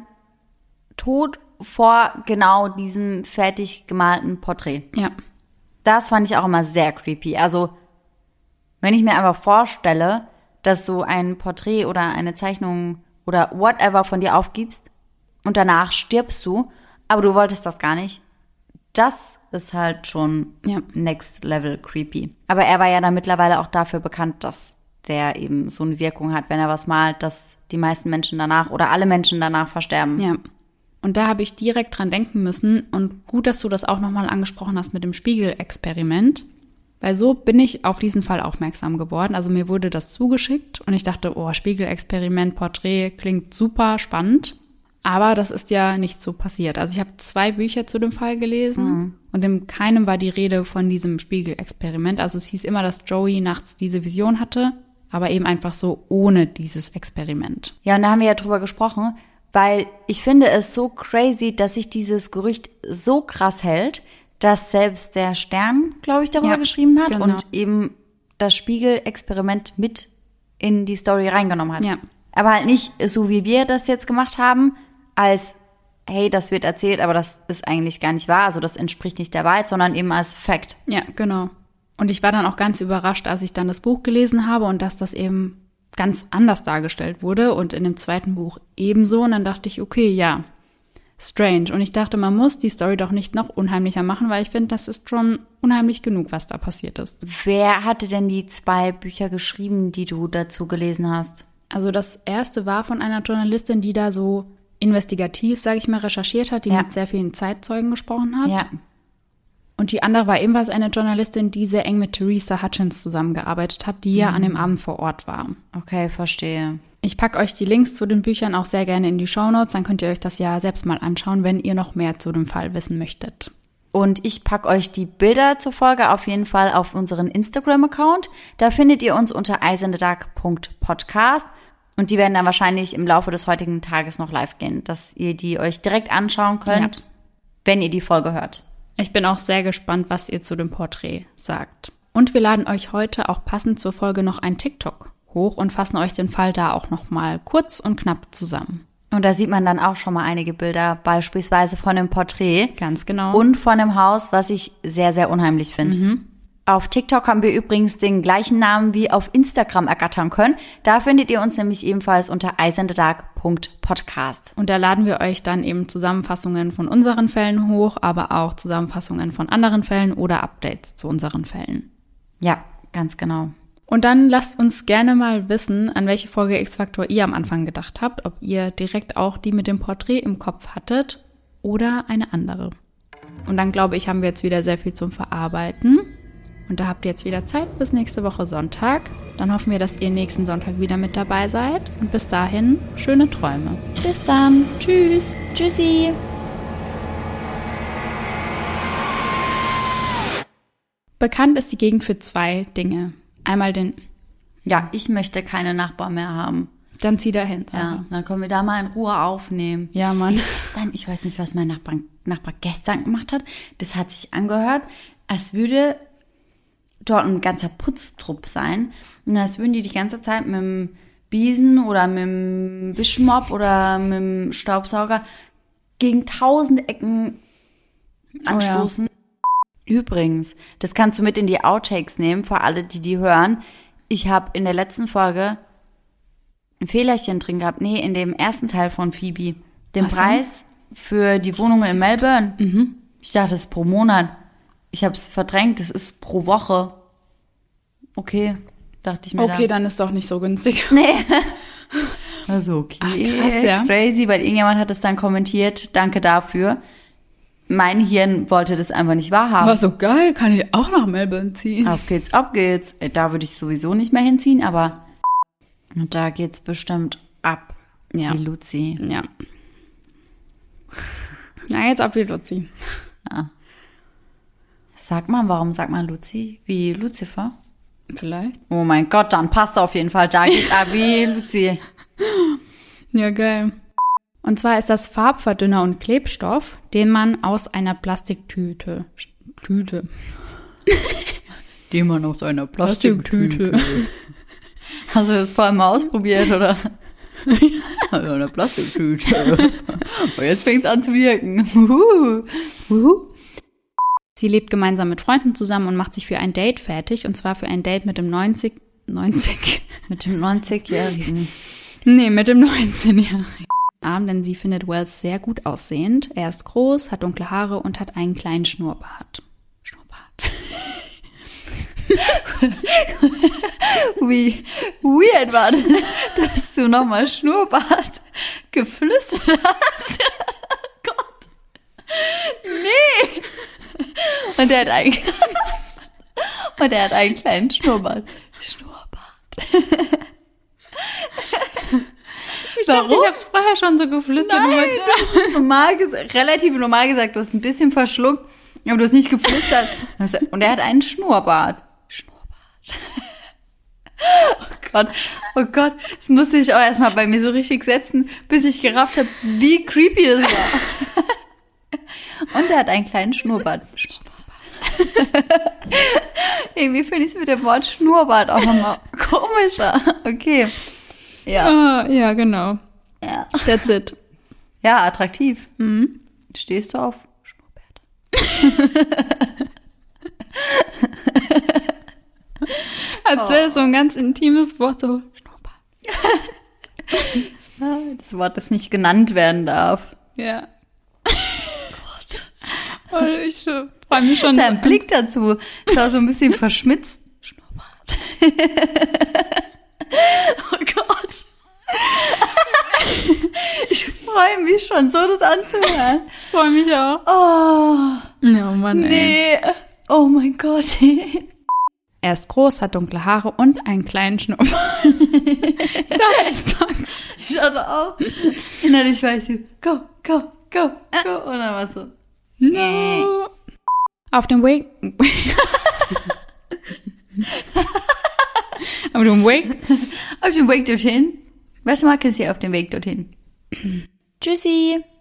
tot vor genau diesem fertig gemalten Porträt. Ja. Das fand ich auch immer sehr creepy. Also, wenn ich mir einfach vorstelle, dass du ein Porträt oder eine Zeichnung oder whatever von dir aufgibst und danach stirbst du, aber du wolltest das gar nicht. Das ist halt schon next level creepy. Aber er war ja dann mittlerweile auch dafür bekannt, dass der eben so eine Wirkung hat, wenn er was malt, dass die meisten Menschen danach oder alle Menschen danach versterben. Ja. Und da habe ich direkt dran denken müssen. Und gut, dass du das auch nochmal angesprochen hast mit dem Spiegelexperiment. Weil so bin ich auf diesen Fall aufmerksam geworden. Also mir wurde das zugeschickt und ich dachte, oh, Spiegelexperiment, Porträt klingt super spannend. Aber das ist ja nicht so passiert. Also ich habe 2 Bücher zu dem Fall gelesen und in keinem war die Rede von diesem Spiegelexperiment. Also es hieß immer, dass Joey nachts diese Vision hatte, aber eben einfach so ohne dieses Experiment. Ja, und da haben wir ja drüber gesprochen, weil ich finde es so crazy, dass sich dieses Gerücht so krass hält, dass selbst der Stern, glaube ich, darüber geschrieben hat und eben das Spiegelexperiment mit in die Story reingenommen hat. Ja. Aber halt nicht so, wie wir das jetzt gemacht haben, als, hey, das wird erzählt, aber das ist eigentlich gar nicht wahr, also das entspricht nicht der Wahrheit, sondern eben als Fact. Ja, genau. Und ich war dann auch ganz überrascht, als ich dann das Buch gelesen habe und dass das eben ganz anders dargestellt wurde und in dem zweiten Buch ebenso. Und dann dachte ich, okay, ja, strange. Und ich dachte, man muss die Story doch nicht noch unheimlicher machen, weil ich finde, das ist schon unheimlich genug, was da passiert ist. Wer hatte denn die 2 Bücher geschrieben, die du dazu gelesen hast? Also das erste war von einer Journalistin, die da so investigativ, sage ich mal, recherchiert hat, die mit sehr vielen Zeitzeugen gesprochen hat. Ja. Und die andere war ebenfalls eine Journalistin, die sehr eng mit Theresa Hutchins zusammengearbeitet hat, die ja an dem Abend vor Ort war. Okay, verstehe. Ich packe euch die Links zu den Büchern auch sehr gerne in die Shownotes, dann könnt ihr euch das ja selbst mal anschauen, wenn ihr noch mehr zu dem Fall wissen möchtet. Und ich packe euch die Bilder zur Folge auf jeden Fall auf unseren Instagram-Account. Da findet ihr uns unter eisendedark.podcast. Und die werden dann wahrscheinlich im Laufe des heutigen Tages noch live gehen, dass ihr die euch direkt anschauen könnt, wenn ihr die Folge hört. Ich bin auch sehr gespannt, was ihr zu dem Porträt sagt. Und wir laden euch heute auch passend zur Folge noch ein TikTok hoch und fassen euch den Fall da auch noch mal kurz und knapp zusammen. Und da sieht man dann auch schon mal einige Bilder, beispielsweise von dem Porträt. Ganz genau. Und von dem Haus, was ich sehr, sehr unheimlich finde. Auf TikTok haben wir übrigens den gleichen Namen wie auf Instagram ergattern können. Da findet ihr uns nämlich ebenfalls unter eisendedark.podcast. Und da laden wir euch dann eben Zusammenfassungen von unseren Fällen hoch, aber auch Zusammenfassungen von anderen Fällen oder Updates zu unseren Fällen. Ja, ganz genau. Und dann lasst uns gerne mal wissen, an welche Folge X-Factor ihr am Anfang gedacht habt, ob ihr direkt auch die mit dem Porträt im Kopf hattet oder eine andere. Und dann glaube ich, haben wir jetzt wieder sehr viel zum Verarbeiten. Und da habt ihr jetzt wieder Zeit bis nächste Woche Sonntag. Dann hoffen wir, dass ihr nächsten Sonntag wieder mit dabei seid. Und bis dahin, schöne Träume. Bis dann. Tschüss. Tschüssi. Bekannt ist die Gegend für 2 Dinge. Einmal den... Ja, ich möchte keine Nachbarn mehr haben. Dann zieh dahin. Ja, dann können wir da mal in Ruhe aufnehmen. Ja, Mann. Ich weiß nicht, was mein Nachbar gestern gemacht hat. Das hat sich angehört, als würde dort ein ganzer Putztrupp sein. Und als würden die ganze Zeit mit dem Besen oder mit dem Wischmopp oder mit dem Staubsauger gegen 1000 Ecken anstoßen. Oh ja. Übrigens, das kannst du mit in die Outtakes nehmen, für alle, die hören. Ich habe in der letzten Folge ein Fehlerchen drin gehabt. Nee, in dem ersten Teil von Phoebe. Den Preis für die Wohnungen in Melbourne. Ich dachte, das ist pro Monat. Ich habe es verdrängt, das ist pro Woche. Okay, dachte ich mir. Okay, dann ist doch nicht so günstig. Nee. Also okay. Ach, krass, ja. Crazy, weil irgendjemand hat es dann kommentiert. Danke dafür. Mein Hirn wollte das einfach nicht wahrhaben. War so geil, kann ich auch nach Melbourne ziehen. Auf geht's, ab geht's. Da würde ich sowieso nicht mehr hinziehen, aber da geht's bestimmt ab. Ja. Wie Luzi. Ja. Na, jetzt ab wie Luzi. Ja. Warum sagt man Luzi? Wie Lucifer? Vielleicht. Oh mein Gott, dann passt auf jeden Fall. Da geht's ab wie Luzi. Ja, geil. Und zwar ist das Farbverdünner und Klebstoff, den man aus einer Plastiktüte. Den man aus einer Plastiktüte. Hast du das vorher mal ausprobiert, oder? Also eine Plastiktüte. Und jetzt fängt es an zu wirken. Sie lebt gemeinsam mit Freunden zusammen und macht sich für ein Date fertig. Und zwar für ein Date mit dem 90? Mit dem 90-Jährigen. Nee, mit dem 19-Jährigen. Denn sie findet Wells sehr gut aussehend. Er ist groß, hat dunkle Haare und hat einen kleinen Schnurrbart. Wie weird war das, dass du nochmal Schnurrbart geflüstert hast. Gott. Nee. Und Und er hat einen kleinen Schnurrbart. Ich dachte, ich hab's vorher schon so geflüstert. Relativ normal gesagt, du hast ein bisschen verschluckt, aber du hast nicht geflüstert. Und er hat einen Schnurrbart. Oh Gott, das musste ich auch erstmal bei mir so richtig setzen, bis ich gerafft habe, wie creepy das war. Und er hat einen kleinen Schnurrbart. Irgendwie finde ich es mit dem Wort Schnurrbart auch nochmal komischer. Okay. Ja. Ja, genau. Ja. That's it. Ja, attraktiv. Mhm. Stehst du auf Schnurrbärte? Als wäre so ein ganz intimes Wort, so Schnurrbart. Das Wort, das nicht genannt werden darf. Ja. Gott. Oh, ich freue mich schon. Dein Blick dazu ist auch so ein bisschen verschmitzt. Schnurrbart. Oh Gott. Ich freue mich schon, so das anzuhören. Ich freue mich auch. Oh. Ja, Mann, ey. Nee. Oh mein Gott. Er ist groß, hat dunkle Haare und einen kleinen Schnurrbart. Ich dachte, ich pack's. Ich dachte auch. Innerlich weiß ich, go. Und dann war es so. No. Auf dem Weg. Auf dem Weg. Auf dem Weg dorthin. Was mag es hier auf dem Weg dorthin? Tschüssi.